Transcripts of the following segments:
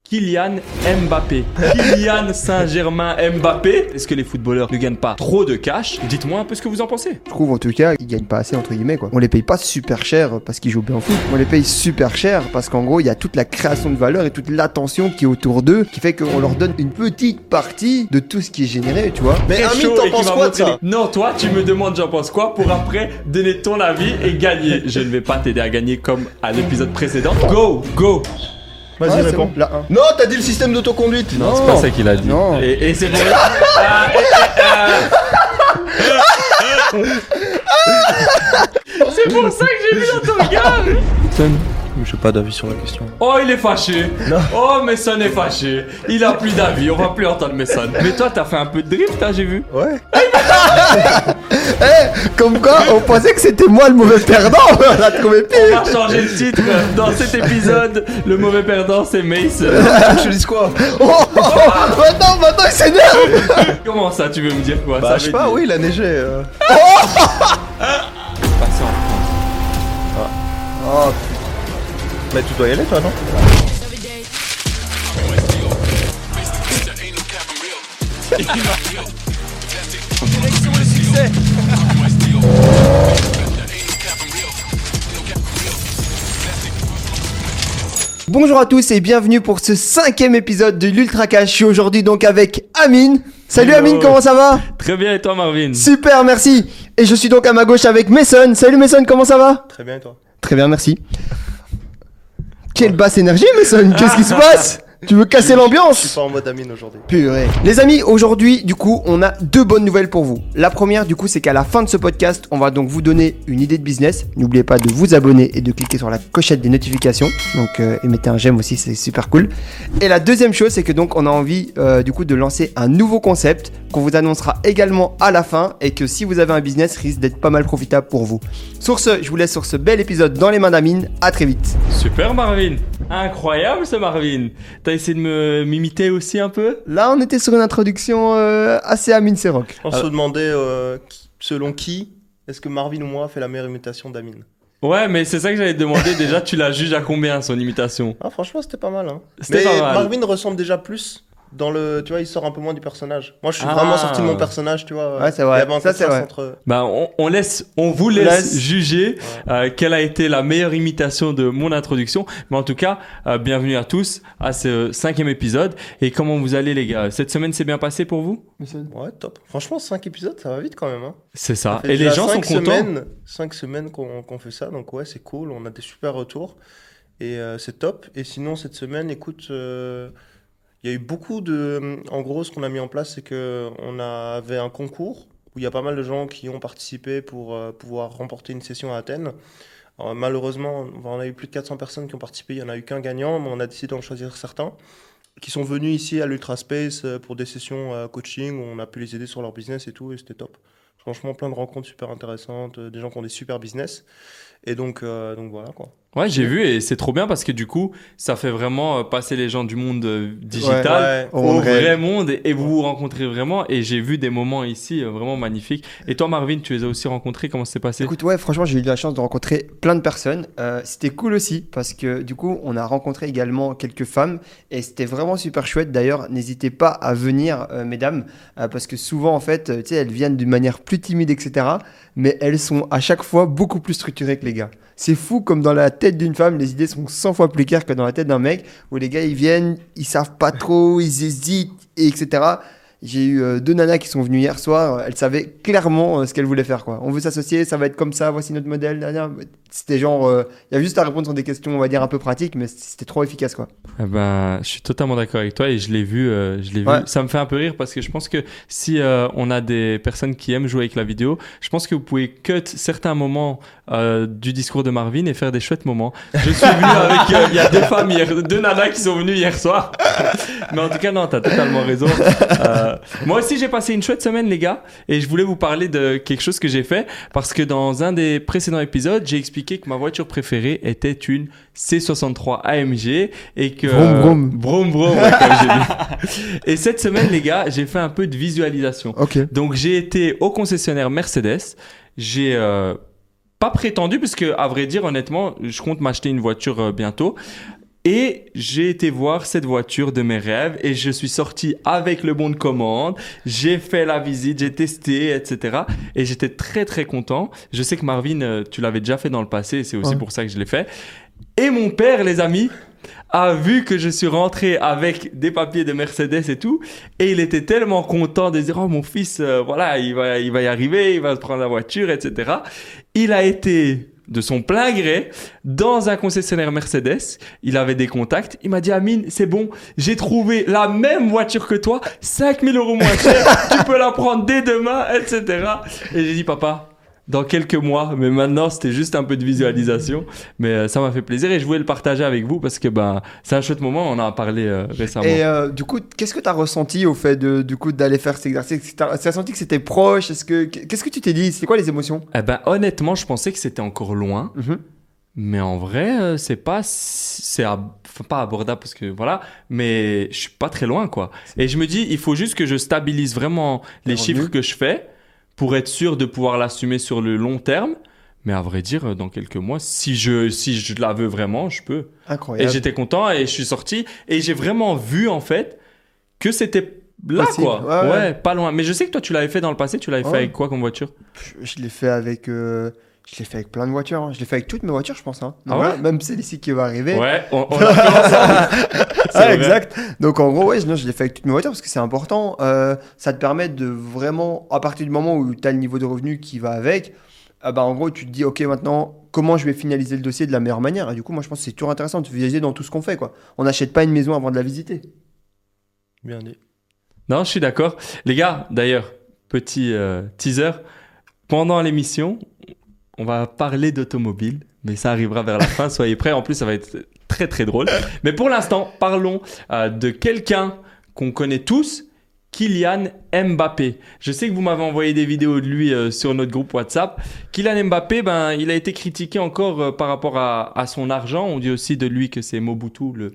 Kylian Mbappé. Kylian Saint-Germain Mbappé. Est-ce que les footballeurs ne gagnent pas trop de cash? Dites-moi un peu ce que vous en pensez. Je trouve en tout cas qu'ils gagnent pas assez entre guillemets quoi. On les paye pas super cher parce qu'ils jouent bien au foot. On les paye super cher parce qu'en gros il y a toute la création de valeur et toute l'attention qui est autour d'eux qui fait qu'on leur donne une petite partie de tout ce qui est généré, tu vois. Mais Amine, t'en penses quoi de ça? Non, toi tu me demandes j'en pense quoi pour après donner ton avis et gagner. Je ne vais pas t'aider à gagner comme à l'épisode précédent. Go. Vas-y, réponds. Bon, là, Non, t'as dit le système d'autoconduite. Non, c'est pas ça qu'il a dit. Non. Et c'est pour c'est pour ça que j'ai vu dans ton regard. Je n'ai pas d'avis sur la question. Oh, il est fâché. Non. Oh, Messon est fâché. Il a plus d'avis. On va plus entendre Messon. Mais toi, t'as fait un peu de drift, hein, j'ai vu. Ouais. Comme quoi on pensait que c'était moi le mauvais perdant. On a trouvé On pire. va changer le titre. Dans cet épisode, le mauvais perdant, c'est Mace. Je te dis quoi? Maintenant il s'énerve. Comment ça, tu veux me dire quoi? Bah, Ça je sais veut pas, dire- oui, il a neigé. Passer en France. Oh, Mais tu dois y aller, toi, non? Direction le succès. bonjour à tous et bienvenue pour ce 5e épisode de l'Ultra Cash. Je suis aujourd'hui donc avec Amine. Salut Hello. Amine, comment ça va? Très bien, et toi, Marvin? Super, merci. Et je suis donc à ma gauche avec Mason. Salut Mason, comment ça va? Très bien, et toi? Très bien, merci. Quelle basse énergie Mason, qu'est-ce qui se passe? Tu veux casser Je suis l'ambiance? pas en mode Amine aujourd'hui. Purée. Les amis, aujourd'hui, du coup, on a deux bonnes nouvelles pour vous. La première, du coup, c'est qu'à la fin de ce podcast, on va donc vous donner une idée de business. N'oubliez pas de vous abonner et de cliquer sur la clochette des notifications. Donc, et mettez un j'aime aussi, c'est super cool. Et la deuxième chose, c'est que donc, on a envie, du coup, de lancer un nouveau concept qu'on vous annoncera également à la fin et que si vous avez un business, risque d'être pas mal profitable pour vous. Sur ce, je vous laisse sur ce bel épisode dans les mains d'Amine. À très vite. Super, Marvin. Incroyable, ce Marvin. T'as essayé de m'imiter aussi un peu? Là, on était sur une introduction assez Amine Serok. On se demandait, selon qui, est-ce que Marvin ou moi fait la meilleure imitation d'Amine? Ouais, mais c'est ça que j'allais te demander. Déjà, tu la juges à combien, son imitation? Ah, franchement, c'était pas mal, hein. C'était Mais pas mal. Marvin ressemble déjà plus dans le... Tu vois, il sort un peu moins du personnage. Moi, je suis Ah. vraiment sorti de mon personnage, tu vois. Ouais, c'est vrai. Il y avait un Ça, c'est contraste vrai. entre... Bah, on vous laisse juger quelle a été la meilleure imitation de mon introduction. Mais en tout cas, bienvenue à tous à ce 5e épisode. Et comment vous allez, les gars? Cette semaine s'est bien passée pour vous? Ouais, top. Franchement, 5 épisodes, ça va vite quand même, hein. C'est ça. Ça fait Et les déjà gens sont 5 contents. 5 semaines qu'on fait ça, donc ouais, c'est cool, on a des super retours et c'est top. Et sinon, cette semaine, écoute, il y a eu beaucoup de... En gros, ce qu'on a mis en place, c'est qu'on avait un concours où il y a pas mal de gens qui ont participé pour pouvoir remporter une session à Athènes. Alors, malheureusement, on a eu plus de 400 personnes qui ont participé, il n'y en a eu qu'un gagnant, mais on a décidé d'en choisir certains qui sont venus ici à l'Ultra Space pour des sessions coaching où on a pu les aider sur leur business et tout, et c'était top. Franchement, plein de rencontres super intéressantes, des gens qui ont des super business. Et donc voilà quoi. Ouais, j'ai vu et c'est trop bien parce que du coup, ça fait vraiment passer les gens du monde digital Ouais. Au au monde réel. vrai monde et vous vous rencontrez vraiment. Et j'ai vu des moments ici vraiment magnifiques. Et toi, Marvin, tu les as aussi rencontrés. Comment ça s'est passé? Écoute, ouais, franchement, j'ai eu la chance de rencontrer plein de personnes. C'était cool aussi parce que du coup, on a rencontré également quelques femmes et c'était vraiment super chouette. D'ailleurs, n'hésitez pas à venir, mesdames, parce que souvent, en fait, tu sais, elles viennent d'une manière plus timide, etc. Mais elles sont à chaque fois beaucoup plus structurées que les gars. C'est fou comme dans la tête d'une femme, les idées sont 100 fois plus claires que dans la tête d'un mec où les gars, ils viennent, ils savent pas trop, ils hésitent, et etc. J'ai eu deux nanas qui sont venues hier soir, elles savaient clairement ce qu'elles voulaient faire, quoi. On veut s'associer, ça va être comme ça, voici notre modèle. C'était genre, il y avait juste à répondre sur des questions, on va dire, un peu pratiques, mais c'était trop efficace, quoi. Eh ben, je suis totalement d'accord avec toi et je l'ai vu, Ouais. Ça me fait un peu rire parce que je pense que si on a des personnes qui aiment jouer avec la vidéo, je pense que vous pouvez cut certains moments du discours de Marvin et faire des chouettes moments. Je suis venu avec, il y a deux femmes hier, deux nanas qui sont venues hier soir. Mais en tout cas, non, t'as totalement raison. Moi aussi, j'ai passé une chouette semaine, les gars, et je voulais vous parler de quelque chose que j'ai fait parce que dans un des précédents épisodes, j'ai expliqué que ma voiture préférée était une C63 AMG et que Vroom, vroom. vroom, vroom, ouais, comme j'ai dit. Et cette semaine, les gars, j'ai fait un peu de visualisation. Ok. Donc, j'ai été au concessionnaire Mercedes. J'ai pas prétendu, parce que, à vrai dire, honnêtement, je compte m'acheter une voiture bientôt. Et j'ai été voir cette voiture de mes rêves et je suis sorti avec le bon de commande. J'ai fait la visite, j'ai testé, etc. Et j'étais très, très content. Je sais que Marvin, tu l'avais déjà fait dans le passé. C'est aussi pour ça que je l'ai fait. Et mon père, les amis, a vu que je suis rentré avec des papiers de Mercedes et tout. Et il était tellement content de dire, oh, mon fils, voilà, il va y arriver, il va prendre la voiture, etc. Il a été de son plein gré dans un concessionnaire Mercedes. Il avait des contacts. Il m'a dit, Amine, c'est bon, j'ai trouvé la même voiture que toi, 5 000 € moins cher, tu peux la prendre dès demain, etc. Et j'ai dit, papa, dans quelques mois, mais maintenant c'était juste un peu de visualisation, mais ça m'a fait plaisir et je voulais le partager avec vous parce que c'est un chouette moment, on en a parlé récemment. Et du coup, qu'est-ce que tu as ressenti au fait d'aller faire cet exercice? Tu as senti que c'était proche? Qu'est-ce que tu t'es dit? C'est quoi les émotions? Honnêtement, je pensais que c'était encore loin. Mais en vrai, pas abordable parce que voilà, mais je suis pas très loin quoi. Et je me dis, il faut juste que je stabilise vraiment les chiffres que je fais pour être sûr de pouvoir l'assumer sur le long terme. Mais à vrai dire, dans quelques mois, si je la veux vraiment, je peux. Incroyable. Et j'étais content et je suis sorti et j'ai vraiment vu en fait que c'était là possible. quoi. Ouais, pas loin. Mais je sais que toi tu l'avais fait dans le passé. Tu l'avais fait avec quoi comme voiture? Je l'ai fait avec. Je l'ai fait avec plein de voitures. Hein. Je l'ai fait avec toutes mes voitures, je pense. Hein. Donc, ouais même celle-ci qui va arriver. Ouais, on a fait ensemble. Exact. Donc en gros, je l'ai fait avec toutes mes voitures parce que c'est important. Ça te permet de vraiment, à partir du moment où tu as le niveau de revenu qui va avec, en gros, tu te dis, ok, maintenant, comment je vais finaliser le dossier de la meilleure manière? Et du coup, moi, je pense que c'est toujours intéressant de visualiser dans tout ce qu'on fait. Quoi. On n'achète pas une maison avant de la visiter. Bien dit. Non, je suis d'accord. Les gars, d'ailleurs, petit teaser. Pendant l'émission, on va parler d'automobile, mais ça arrivera vers la fin. Soyez prêts. En plus, ça va être très, très drôle. Mais pour l'instant, parlons de quelqu'un qu'on connaît tous, Kylian Mbappé. Je sais que vous m'avez envoyé des vidéos de lui sur notre groupe WhatsApp. Kylian Mbappé, il a été critiqué encore par rapport à son argent. On dit aussi de lui que c'est Mobutu, le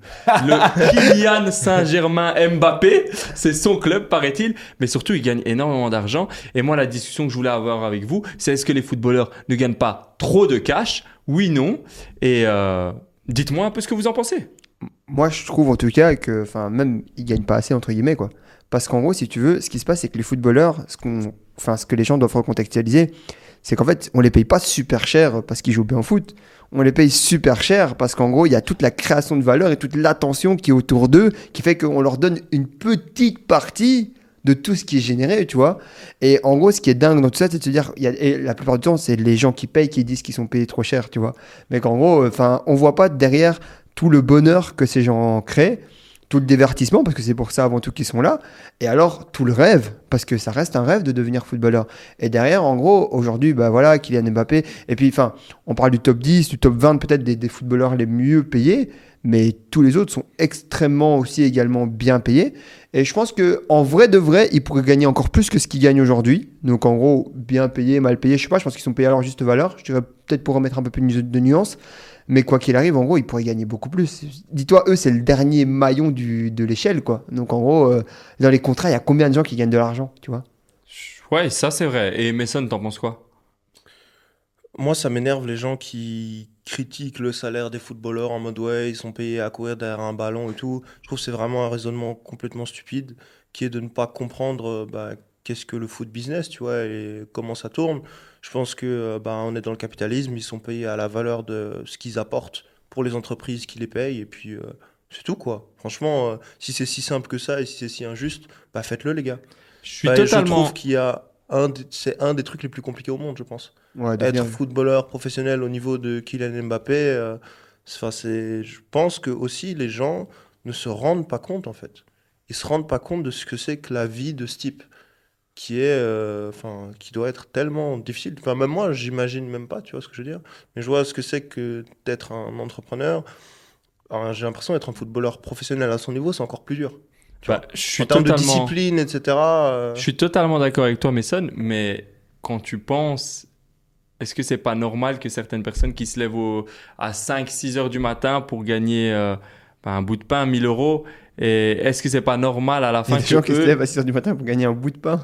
Kylian Saint-Germain Mbappé. C'est son club, paraît-il. Mais surtout, il gagne énormément d'argent. Et moi, la discussion que je voulais avoir avec vous, c'est est-ce que les footballeurs ne gagnent pas trop de cash? Oui, non. Et dites-moi un peu ce que vous en pensez. Moi, je trouve en tout cas que, même, ils gagnent pas assez, entre guillemets, quoi. Parce qu'en gros, si tu veux, ce qui se passe, c'est que les footballeurs, ce que les gens doivent recontextualiser, c'est qu'en fait, on les paye pas super cher parce qu'ils jouent bien au foot. On les paye super cher parce qu'en gros, il y a toute la création de valeur et toute l'attention qui est autour d'eux, qui fait qu'on leur donne une petite partie de tout ce qui est généré, tu vois. Et en gros, ce qui est dingue dans tout ça, c'est de se dire, et la plupart du temps, c'est les gens qui payent qui disent qu'ils sont payés trop cher, tu vois. Mais qu'en gros, on voit pas derrière tout le bonheur que ces gens créent, tout le divertissement, parce que c'est pour ça avant tout qu'ils sont là, et alors tout le rêve, parce que ça reste un rêve de devenir footballeur. Et derrière, en gros, aujourd'hui, Kylian Mbappé, et puis on parle du top 10, du top 20 peut-être des footballeurs les mieux payés, mais tous les autres sont extrêmement aussi également bien payés. Et je pense qu'en vrai de vrai, ils pourraient gagner encore plus que ce qu'ils gagnent aujourd'hui. Donc en gros, bien payés, mal payés, je sais pas, je pense qu'ils sont payés à leur juste valeur. Je dirais peut-être pour remettre un peu plus de nuances. Mais quoi qu'il arrive, en gros, ils pourraient gagner beaucoup plus. Dis-toi, eux, c'est le dernier maillon de l'échelle, quoi. Donc, en gros, dans les contrats, il y a combien de gens qui gagnent de l'argent, tu vois? Ouais, ça, c'est vrai. Et Mason, t'en penses quoi? Moi, ça m'énerve les gens qui critiquent le salaire des footballeurs en mode ouais, ils sont payés à courir derrière un ballon et tout. Je trouve que c'est vraiment un raisonnement complètement stupide qui est de ne pas comprendre qu'est-ce que le foot business, tu vois, et comment ça tourne. Je pense que on est dans le capitalisme, ils sont payés à la valeur de ce qu'ils apportent pour les entreprises qui les payent et puis c'est tout quoi. Franchement, si c'est si simple que ça et si c'est si injuste, faites-le les gars. Je trouve qu'il y a c'est un des trucs les plus compliqués au monde, je pense. Ouais, être footballeur professionnel au niveau de Kylian Mbappé, je pense que aussi les gens ne se rendent pas compte en fait. Ils se rendent pas compte de ce que c'est que la vie de ce type, qui doit être tellement difficile. Enfin, même moi, j'imagine même pas, tu vois ce que je veux dire. Mais je vois ce que c'est que d'être un entrepreneur. Alors, j'ai l'impression d'être un footballeur professionnel à son niveau, c'est encore plus dur. Je suis en termes de discipline, etc. Je suis totalement d'accord avec toi, Mason, mais quand tu penses, est-ce que c'est pas normal que certaines personnes qui se lèvent à 5-6 heures du matin pour gagner un bout de pain, 1 000 €, et est-ce que c'est pas normal à la fin que des gens qui se lèvent à 6 heures du matin pour gagner un bout de pain?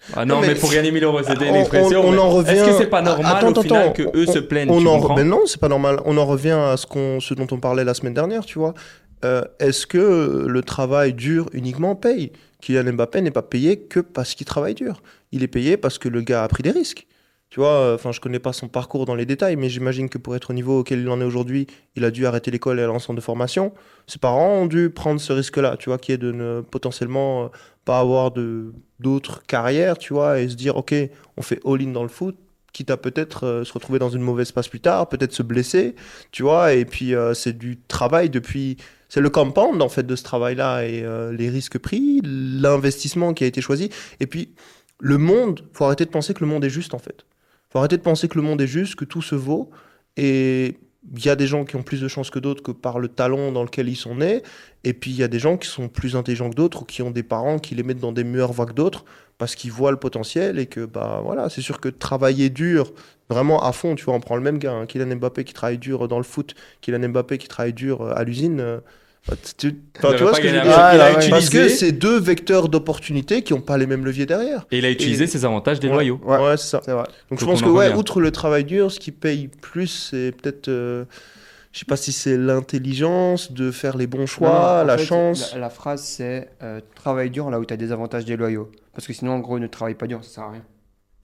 Ah non, Non, mais pour gagner 1000 euros, c'était une on- expression. on mais en revient- Est-ce que c'est pas normal Attends, au final attends, que eux se plaignent, on tu en... comprends? Ben non, c'est pas normal. On en revient à ce dont on parlait la semaine dernière, tu vois. Est-ce que le travail dur uniquement paye? Kylian Mbappé n'est pas payé que parce qu'il travaille dur. Il est payé parce que le gars a pris des risques. Tu vois, enfin, je connais pas son parcours dans les détails, mais j'imagine que pour être au niveau auquel il en est aujourd'hui, il a dû arrêter l'école et aller en centre de formation. Ses parents ont dû prendre ce risque-là, tu vois, qui est de ne potentiellement pas avoir d'autres carrières, tu vois, et se dire, ok, on fait all-in dans le foot, quitte à peut-être se retrouver dans une mauvaise passe plus tard, peut-être se blesser, tu vois, et puis c'est du travail depuis... C'est le compound, en fait, de ce travail-là, et les risques pris, l'investissement qui a été choisi, et puis le monde, faut arrêter de penser que le monde est juste, en fait. Faut arrêter de penser que le monde est juste, que tout se vaut, et il y a des gens qui ont plus de chance que d'autres que par le talent dans lequel ils sont nés, et puis il y a des gens qui sont plus intelligents que d'autres, ou qui ont des parents qui les mettent dans des meilleures voies que d'autres, parce qu'ils voient le potentiel, et que, bah voilà, c'est sûr que travailler dur, vraiment à fond, tu vois, on prend le même gars, hein, Kylian Mbappé qui travaille dur dans le foot, Kylian Mbappé qui travaille dur à l'usine... Il tu vois va ce pas que je veux gagner dire? un- il a ouais. Parce que utilisé c'est deux vecteurs d'opportunités qui n'ont pas les mêmes leviers derrière. et il a utilisé ses avantages déloyaux. Ouais. Ouais, c'est ça. C'est vrai. Donc je Donc pense on que en ouais, revient. outre le travail dur, ce qui paye plus, c'est peut-être, je sais pas si c'est l'intelligence de faire les bons choix, Non, non, en la fait, chance. La phrase, c'est travaille dur là où tu as des avantages déloyaux. Parce que sinon, en gros, ne travaille pas dur, ça sert à rien.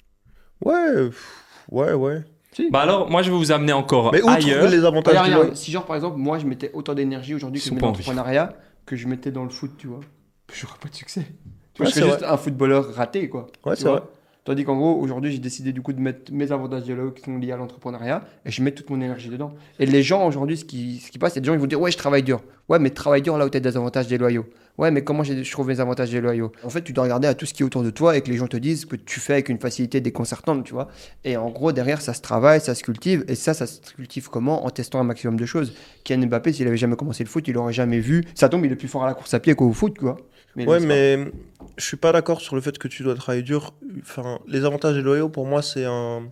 Ouais, ouais. Bah alors, moi je vais vous amener encore Mais outre ailleurs. les avantages Regarde, déloyaux. regarde, si genre par exemple, moi je mettais autant d'énergie aujourd'hui que Ils je sont mets pas dans en vie. l'entrepreneuriat que je mettais dans le foot, tu vois, j'aurais pas de succès. Tu vois, Ouais, je serais c'est juste un footballeur raté, quoi. Ouais, Tu c'est vois. vrai. Tandis qu'en gros, aujourd'hui, j'ai décidé du coup de mettre mes avantages déloyaux qui sont liés à l'entrepreneuriat et je mets toute mon énergie dedans. Et les gens aujourd'hui, ce qui passe, c'est des gens qui vont dire ouais, je travaille dur. Ouais, mais travaille dur là où tu as des avantages déloyaux. Ouais, mais comment je trouve mes avantages déloyaux? En fait, tu dois regarder à tout ce qui est autour de toi et que les gens te disent que tu fais avec une facilité déconcertante, tu vois. Et en gros, derrière, ça se travaille, ça se cultive. Et ça se cultive comment? En testant un maximum de choses. Kylian Mbappé, s'il avait jamais commencé le foot, il aurait jamais vu. Ça tombe, il est plus fort à la course à pied qu'au foot, quoi. Mais Ouais, le sport- mais je suis pas d'accord sur le fait que tu dois travailler dur. Enfin, les avantages déloyaux, pour moi, c'est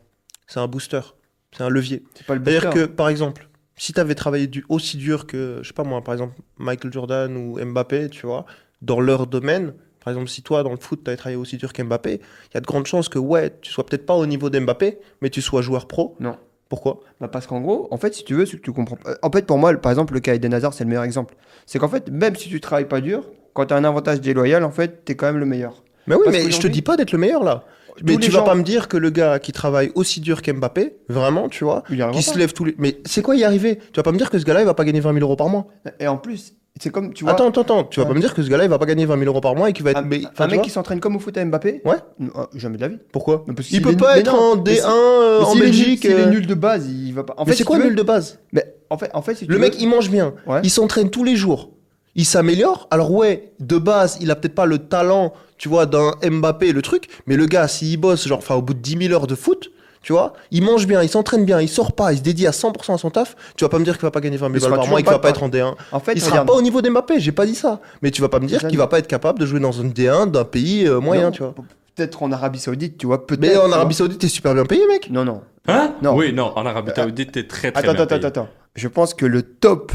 un booster. C'est un levier. c'est pas le C'est-à-dire booster. que, par exemple, si tu avais travaillé aussi dur que, je sais pas moi, par exemple, Michael Jordan ou Mbappé, tu vois, dans leur domaine, par exemple, si toi, dans le foot, tu avais travaillé aussi dur qu'Mbappé, il y a de grandes chances que, ouais, tu sois peut-être pas au niveau d'Mbappé, mais tu sois joueur pro. Non. Pourquoi? Bah parce qu'en gros, en fait, si tu veux, ce que tu comprends. En fait, pour moi, par exemple, le cas Eden Hazard, c'est le meilleur exemple. C'est qu'en fait, même si tu travailles pas dur, quand tu as un avantage déloyal, en fait, tu es quand même le meilleur. Mais oui, Parce mais je te qu'aujourd'hui- dis pas d'être le meilleur, là. Mais Tous tu les vas gens- pas me dire que le gars qui travaille aussi dur qu'Mbappé, vraiment, tu vois, Il y arrivera qui se pas. lève tous les... Mais c'est quoi y arriver? Tu vas pas me dire que ce gars-là, il va pas gagner 20 000 euros par mois? Et en plus, c'est comme, tu vois, Attends, tu vas Ouais. pas me dire que ce gars-là, il va pas gagner 20 000 euros par mois et qu'il va être... un, mais- un enfin, tu mec vois qui s'entraîne comme au foot à Mbappé, Ouais. non, jamais de la vie. Pourquoi? Mais parce Il qu'il peut est- pas mais être non, en mais D1 si- mais en s'il est nul- Belgique. S'il est nul de base, il va pas. En Mais fait, c'est si quoi tu veux- nul de base? Mais en fait, si tu Le veux- mec, il mange bien. Ouais. Il s'entraîne tous les jours. Il s'améliore. Alors ouais, de base, il a peut-être pas le talent, tu vois, d'un Mbappé, le truc. Mais le gars, s'il bosse, genre, enfin, au bout de 10 000 heures de foot, tu vois, il mange bien, il s'entraîne bien, il sort pas, il se dédie à 100% à son taf. Tu vas pas me dire qu'il va pas gagner 20 Il 000 sera balles par mois et qu'il toujours va pas pas- être en D1. En fait, Il sera regarde. pas au niveau d'Mbappé, j'ai pas dit ça. Mais tu vas pas me dire Ça, qu'il non. va pas être capable de jouer dans un D1 d'un pays moyen, Non, tu vois. Peut-être en Arabie Saoudite, tu vois. Peut-être. Mais en tu vois. Arabie Saoudite, t'es super bien payé, mec. Non, non. Hein? Non. Oui, non, en Arabie Saoudite, t'es très très Attends, bien attends, payé. attends. Je pense que le top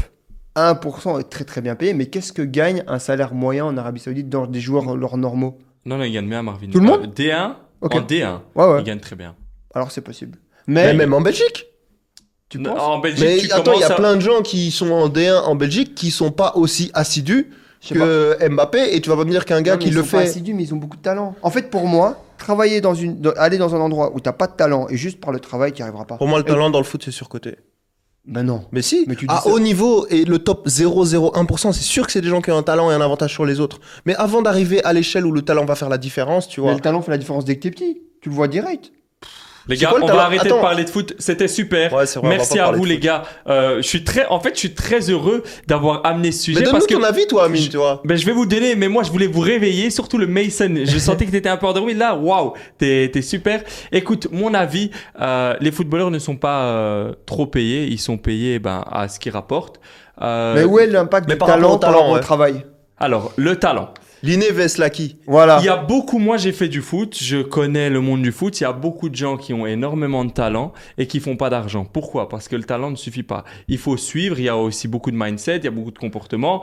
1% est très très bien payé, mais qu'est-ce que gagne un salaire moyen en Arabie Saoudite dans des joueurs leurs normaux? Non, non, il gagne bien, Marvin. Tout le monde D1, Ok. en D1, Ouais, ouais. il gagne très bien. Alors c'est possible. Mais Mais même en Belgique. tu Non, penses en Belgique, Mais tu attends, il y a commences à- plein de gens qui sont en D1 en Belgique qui sont pas aussi assidus Je sais que Mbappé et tu vas pas me dire qu'un gars Non, mais qui ils le sont pas fait. assidus, mais ils ont beaucoup de talent. En fait, pour moi, aller dans un endroit où t'as pas de talent et juste par le travail, tu n'y arriveras pas. Pour moi, le talent dans le foot, c'est surcoté. Ben non. Mais si, Mais tu dis à ça. haut niveau et le top 0,01%, c'est sûr que c'est des gens qui ont un talent et un avantage sur les autres. Mais avant d'arriver à l'échelle où le talent va faire la différence, tu Mais vois. le talent fait la différence dès que t'es petit. Tu le vois direct. Les C'est gars, quoi le on talent va arrêter Attends. de parler de foot. C'était super. Ouais, c'est vrai, on va Merci pas à parler vous, de les foot. gars. Je suis très heureux d'avoir amené ce sujet Mais parce donne-nous que ton avis, toi, Amine, tu vois. ben, je vais vous donner, mais moi je voulais vous réveiller, surtout le Mason. Je sentais que t'étais un peu endormi. Là, waouh, t'es super. Écoute, mon avis, les footballeurs ne sont pas trop payés. Ils sont payés à ce qu'ils rapportent. Mais où est l'impact mais du par rapport talent au par talent, rapport au ouais. travail? Alors, le talent. Liné Veslaki. Voilà. Il y a beaucoup, moi j'ai fait du foot, je connais le monde du foot, il y a beaucoup de gens qui ont énormément de talent et qui font pas d'argent. Pourquoi? Parce que le talent ne suffit pas. Il faut suivre, il y a aussi beaucoup de mindset, il y a beaucoup de comportements.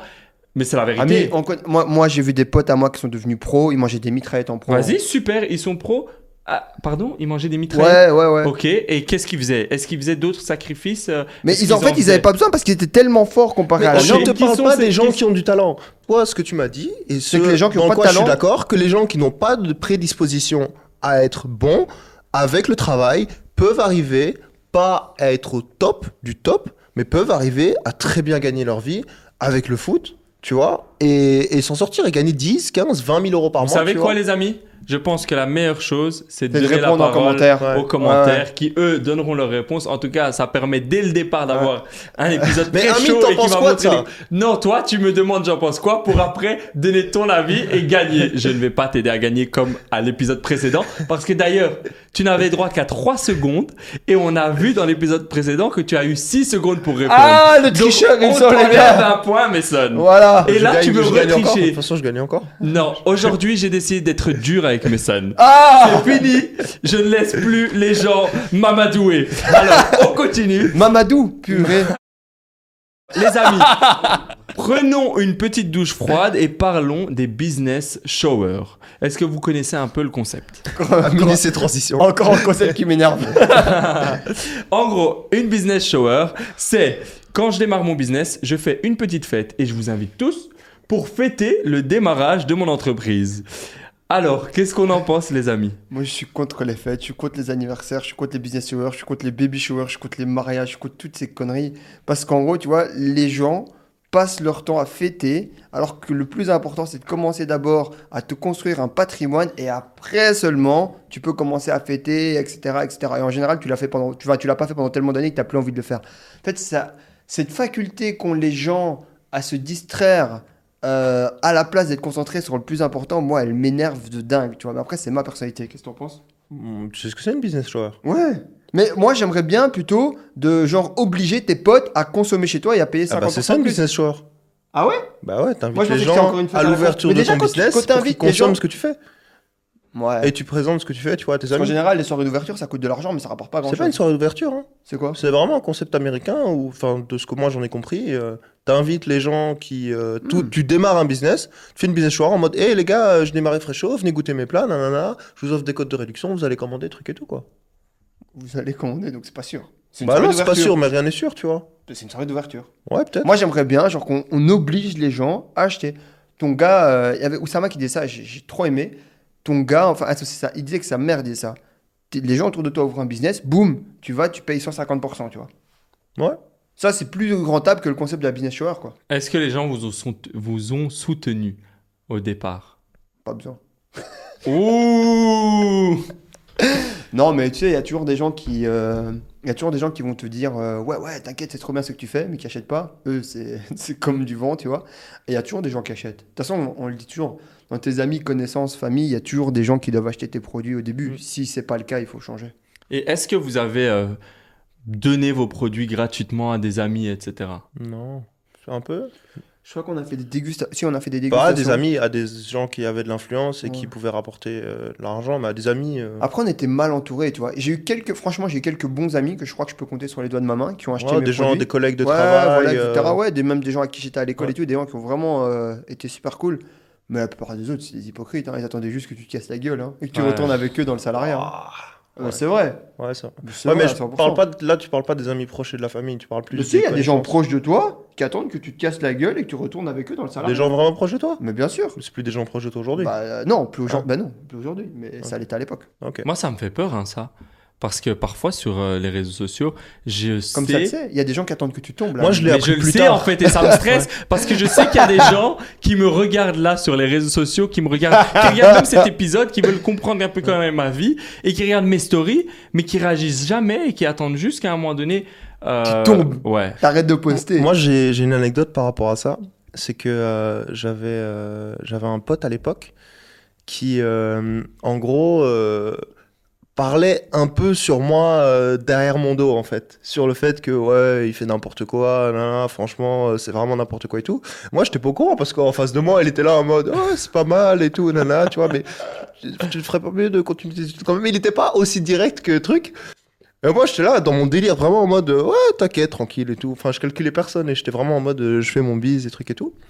Mais c'est la Ami, vérité. moi, j'ai vu des potes à moi qui sont devenus pros, ils mangeaient des mitraillettes en pro. Vas-y, super, ils sont pros. Ah, pardon, ils mangeaient des mitraillettes. Ouais. Ok, et qu'est-ce qu'ils faisaient? Est-ce qu'ils faisaient d'autres sacrifices Mais Est-ce ils qu'ils en faisaient avaient pas besoin parce qu'ils étaient tellement forts comparé à la Je norme. ne te Qui parle sont pas ces- des gens qui- qui ont du talent. Toi, ce que tu m'as dit, et C'est que les gens qui ont dans pas de quoi je suis talent- d'accord, que les gens qui n'ont pas de prédisposition à être bons avec le travail peuvent arriver, pas à être au top du top, mais peuvent arriver à très bien gagner leur vie avec le foot, tu vois, et s'en sortir et gagner 10, 15, 20 000 euros par Vous mois. savez tu quoi, vois. les amis? Je pense que la meilleure chose, c'est de C'est de donner la répondre en parole commentaire. Ouais. aux commentaires Ouais. qui, eux, donneront leur réponse. En tout cas, ça permet dès le départ d'avoir un épisode Mais très Amine, chaud t'en et qui penses va quoi de montrer ça Non, toi, tu me demandes j'en pense quoi pour après donner ton avis et gagner. Je ne vais pas t'aider à gagner comme à l'épisode précédent parce que d'ailleurs, tu n'avais droit qu'à 3 secondes et on a vu dans l'épisode précédent que tu as eu 6 secondes pour répondre. Ah, le Donc, tricheur, il me on semblait t'enlève bien. un point, Mason. Voilà. Et là, tu veux Je gagne encore. De retricher. toute façon, je gagne encore. Non, aujourd'hui, j'ai décidé d'être dur avec mes sons. Ah, C'est fini. Je ne laisse plus les gens m'amadouer. Alors, on continue. Mamadou, purée. Les amis, prenons une petite douche froide et parlons des business showers. Est-ce que vous connaissez un peu le concept? Amine et ses transitions. Encore un concept qui m'énerve. En gros, une business shower, c'est quand je démarre mon business, je fais une petite fête et je vous invite tous pour fêter le démarrage de mon entreprise. Alors, qu'est-ce qu'on en pense, les amis? Moi, je suis contre les fêtes, je suis contre les anniversaires, je suis contre les business showers, je suis contre les baby showers, je suis contre les mariages, je suis contre toutes ces conneries. Parce qu'en gros, tu vois, les gens passent leur temps à fêter, alors que le plus important, c'est de commencer d'abord à te construire un patrimoine et après seulement, tu peux commencer à fêter, etc., etc. Et en général, tu l'as pas fait pendant tellement d'années que tu n'as plus envie de le faire. En fait, cette faculté qu'ont les gens à se distraire à la place d'être concentré sur le plus important, moi, elle m'énerve de dingue, tu vois. Mais après, c'est ma personnalité. Qu'est-ce que t'en penses? Tu sais ce que c'est une business shower? Ouais. Mais moi, j'aimerais bien plutôt de genre obliger tes potes à consommer chez toi et à payer 50% Ah bah c'est ça une plus. business shower. Ah ouais? Bah ouais, t'invites Moi, je les pensais que c'était encore gens une fête à à la l'ouverture con. Mais de déjà, ton quand business quand pour t'invites qu'ils les gens- consomment ce que tu fais. Ouais. Et tu présentes ce que tu fais, tu vois, à tes Parce qu'en amis. général, les soirées d'ouverture, ça coûte de l'argent, mais ça rapporte pas grand C'est chose. pas une soirée d'ouverture, hein. C'est quoi? C'est vraiment un concept américain où, enfin, de ce que moi j'en ai compris, t'invites les gens qui. Tu démarres un business, tu fais une business shower en mode, hé les gars, je démarrais fraîchot, venez goûter mes plats, nanana, je vous offre des codes de réduction, vous allez commander, trucs et tout, quoi. Vous allez commander, donc c'est pas sûr. C'est une Bah soirée non, c'est pas d'ouverture. sûr, mais rien n'est sûr, tu vois. C'est une soirée d'ouverture. Ouais, peut-être. Moi, j'aimerais bien, genre, qu'on oblige les gens à acheter. Ton gars, il y avait Oussama qui disait ça, j'ai trop aimé. Ton gars, enfin, c'est ça, il disait que sa mère disait ça. Les gens autour de toi ouvrent un business, boum, tu vas, tu payes 150%, tu vois. Ouais. Ça, c'est plus rentable que le concept de la business shower, quoi. Est-ce que les gens vous ont soutenu au départ? Pas besoin. Ouh! Non, mais tu sais, il y a toujours des gens qui, vont te dire, ouais, t'inquiète, c'est trop bien ce que tu fais, mais qui achètent pas. Eux, c'est comme du vent, tu vois. Et il y a toujours des gens qui achètent. De toute façon, on le dit toujours. Dans tes amis, connaissances, famille, il y a toujours des gens qui doivent acheter tes produits au début. Si c'est pas le cas, il faut changer. Et est-ce que vous avez donné vos produits gratuitement à des amis, etc.? Non. Un peu. Je crois qu'on a fait des dégustations. Si, on a fait des Pas à dégustations. des amis, à des gens qui avaient de l'influence et qui pouvaient rapporter de l'argent, mais à des amis. Après, on était mal entourés, tu vois. Franchement, j'ai eu quelques bons amis que je crois que je peux compter sur les doigts de ma main qui ont acheté Ouais, mes des gens, produits. des collègues de Ouais, travail. voilà, etc. Ouais, même des gens à qui j'étais à l'école Ouais. et tout, des gens qui ont vraiment été super cool. Mais la plupart des autres, c'est des hypocrites. Hein. Ils attendaient juste que tu te casses la gueule hein, et que tu Ouais. retournes avec eux dans le salariat. Ah, Ouais, c'est vrai. ouais, ça. C'est Ouais, vrai, mais à je 100%. parle pas là, tu parles pas des amis proches et de la famille, tu parles plus Mais si, il y a des gens connaissances. proches de toi qui attendent que tu te casses la gueule et que tu retournes avec eux dans le salariat. Des gens vraiment proches de toi? Mais bien sûr. Mais c'est plus des gens proches de toi aujourd'hui. Non, plus aujourd'hui. Bah non, plus aujourd'hui. Mais ça l'était à l'époque. Ok. Moi, ça me fait peur, hein, ça. Parce que parfois, sur les réseaux sociaux, je Comme sais... ça, tu sais, il y a des gens qui attendent que tu tombes. Là. Moi, je l'ai Mais appris je le plus sais tard. en fait et ça me stresse parce que je sais qu'il y a des gens qui me regardent là sur les réseaux sociaux, qui me regardent, qui regardent même cet épisode, qui veulent comprendre un peu quand même ma vie et qui regardent mes stories, mais qui réagissent jamais et qui attendent juste qu'à un moment donné... Qui tombent. Ouais. T'arrêtes de poster. Moi, j'ai une anecdote par rapport à ça. C'est que j'avais un pote à l'époque qui, en gros, parlait un peu sur moi derrière mon dos, en fait. Sur le fait que, ouais, il fait n'importe quoi, nan, franchement, c'est vraiment n'importe quoi et tout. Moi, j'étais pas au courant parce qu'en face de moi, elle était là en mode, oh, c'est pas mal et tout, nana, tu vois, mais tu ferais pas mieux de continuer tes études quand même. Mais il était pas aussi direct que truc. Et moi, j'étais là dans mon délire, vraiment en mode ouais, t'inquiète, tranquille et tout. Enfin, je calculais personne et j'étais vraiment en mode je fais mon bise et trucs et tout.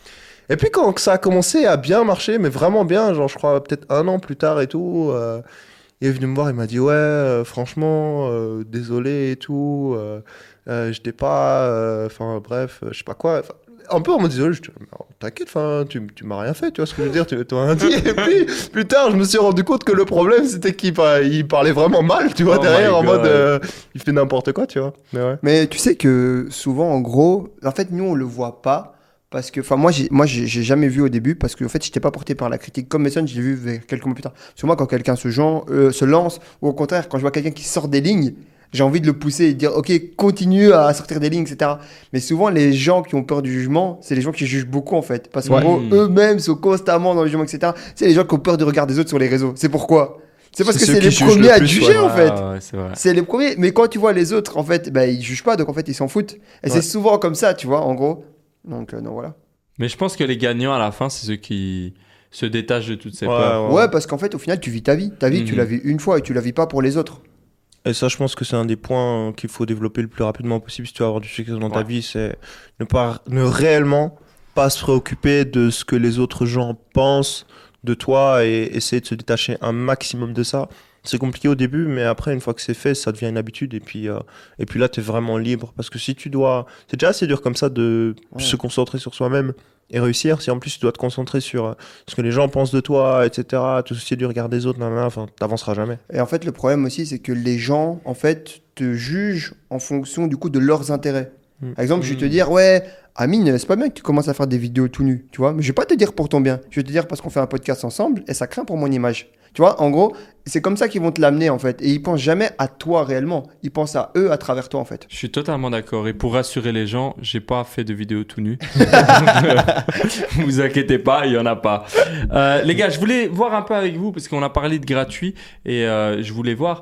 Et puis quand ça a commencé à bien marcher, mais vraiment bien, genre je crois peut-être 1 an plus tard et tout, il est venu me voir, il m'a dit ouais, franchement, désolé et tout, j'étais pas, enfin bref, je sais pas quoi. Un peu en me disant, t'inquiète, tu m'as rien fait, tu vois ce que je veux dire, tu m'as rien dit. Et puis, plus tard, je me suis rendu compte que le problème, c'était qu'il parlait vraiment mal, tu vois, derrière, en mode, il fait n'importe quoi, tu vois. Mais tu sais que souvent, en gros, en fait, nous, on le voit pas. Parce que, enfin, j'ai jamais vu au début, parce que, en fait, j'étais pas porté par la critique. Comme Mason, je l'ai vu quelques mois plus tard. Parce que moi, quand quelqu'un se lance, ou au contraire, quand je vois quelqu'un qui sort des lignes, j'ai envie de le pousser et de dire, ok, continue à sortir des lignes, etc. Mais souvent, les gens qui ont peur du jugement, c'est les gens qui jugent beaucoup, en fait. Parce qu'en gros, eux-mêmes sont constamment dans le jugement, etc. C'est les gens qui ont peur du regard des autres sur les réseaux. C'est pourquoi? C'est parce que c'est les premiers à juger, en fait. C'est les premiers. Mais quand tu vois les autres, en fait, bah, ils jugent pas, donc en fait, ils s'en foutent. Et c'est souvent comme ça, tu vois, en gros. Donc, non, voilà. Mais je pense que les gagnants à la fin, c'est ceux qui se détachent de toutes ces peurs. Ouais, parce qu'en fait, au final, tu vis ta vie. Ta vie, tu la vis une fois et tu la vis pas pour les autres. Et ça, je pense que c'est un des points qu'il faut développer le plus rapidement possible si tu veux avoir du succès dans ta vie, c'est ne réellement pas se préoccuper de ce que les autres gens pensent de toi et essayer de se détacher un maximum de ça. C'est compliqué au début, mais après, une fois que c'est fait, ça devient une habitude. Et puis là, tu es vraiment libre. Parce que si tu dois... C'est déjà assez dur comme ça de se concentrer sur soi-même et réussir. Si en plus, tu dois te concentrer sur ce que les gens pensent de toi, etc., te soucier du regard des autres, enfin, t'avanceras jamais. Et en fait, le problème aussi, c'est que les gens, en fait, te jugent en fonction, du coup, de leurs intérêts. Par exemple, je vais te dire, ouais, Amine, c'est pas bien que tu commences à faire des vidéos tout nu, tu vois. Mais je vais pas te dire pour ton bien. Je vais te dire parce qu'on fait un podcast ensemble et ça craint pour mon image. Tu vois, en gros, c'est comme ça qu'ils vont te l'amener, en fait. Et ils pensent jamais à toi réellement. Ils pensent à eux à travers toi, en fait. Je suis totalement d'accord. Et pour rassurer les gens, j'ai pas fait de vidéo tout nu. Vous inquiétez pas, il y en a pas. Les gars, je voulais voir un peu avec vous parce qu'on a parlé de gratuit et je voulais voir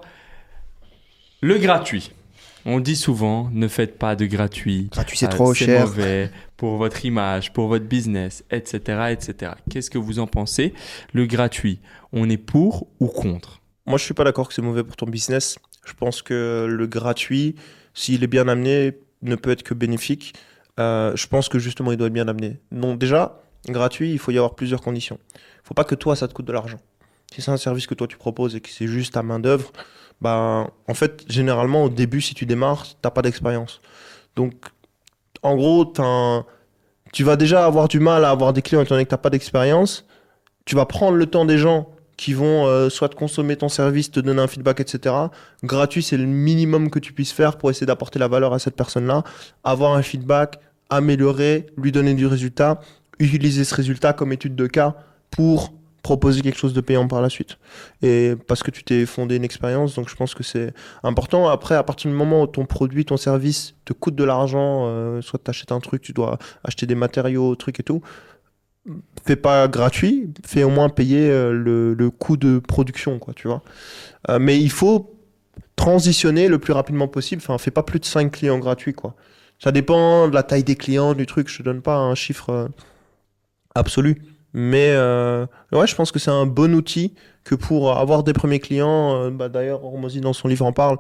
le gratuit. On dit souvent, ne faites pas de gratuit. Gratuit, c'est trop cher. C'est mauvais pour votre image, pour votre business, etc., etc. Qu'est-ce que vous en pensez? Le gratuit, on est pour ou contre? Moi, je suis pas d'accord que c'est mauvais pour ton business. Je pense que le gratuit, s'il est bien amené, ne peut être que bénéfique. Je pense que justement, il doit être bien amené. Donc déjà, gratuit, il faut y avoir plusieurs conditions. Il faut pas que toi, ça te coûte de l'argent. Si c'est un service que toi, tu proposes et que c'est juste ta main-d'œuvre, bah, en fait, généralement, au début, si tu démarres, t'as pas d'expérience. Donc, en gros, tu vas déjà avoir du mal à avoir des clients étant donné que t'as pas d'expérience. Tu vas prendre le temps des gens qui vont soit consommer ton service, te donner un feedback, etc. Gratuit, c'est le minimum que tu puisses faire pour essayer d'apporter la valeur à cette personne-là. Avoir un feedback, améliorer, lui donner du résultat, utiliser ce résultat comme étude de cas pour proposer quelque chose de payant par la suite. Et parce que tu t'es fondé une expérience, donc je pense que c'est important. Après, à partir du moment où ton produit, ton service te coûte de l'argent, soit tu achètes un truc, tu dois acheter des matériaux, trucs et tout, fais pas gratuit, fais au moins payer le coût de production, quoi, tu vois. Mais il faut transitionner le plus rapidement possible. Enfin, fais pas plus de 5 clients gratuits, quoi. Ça dépend de la taille des clients, du truc. Je te donne pas un chiffre absolu. Mais ouais, je pense que c'est un bon outil que pour avoir des premiers clients, d'ailleurs, Hormozy dans son livre en parle,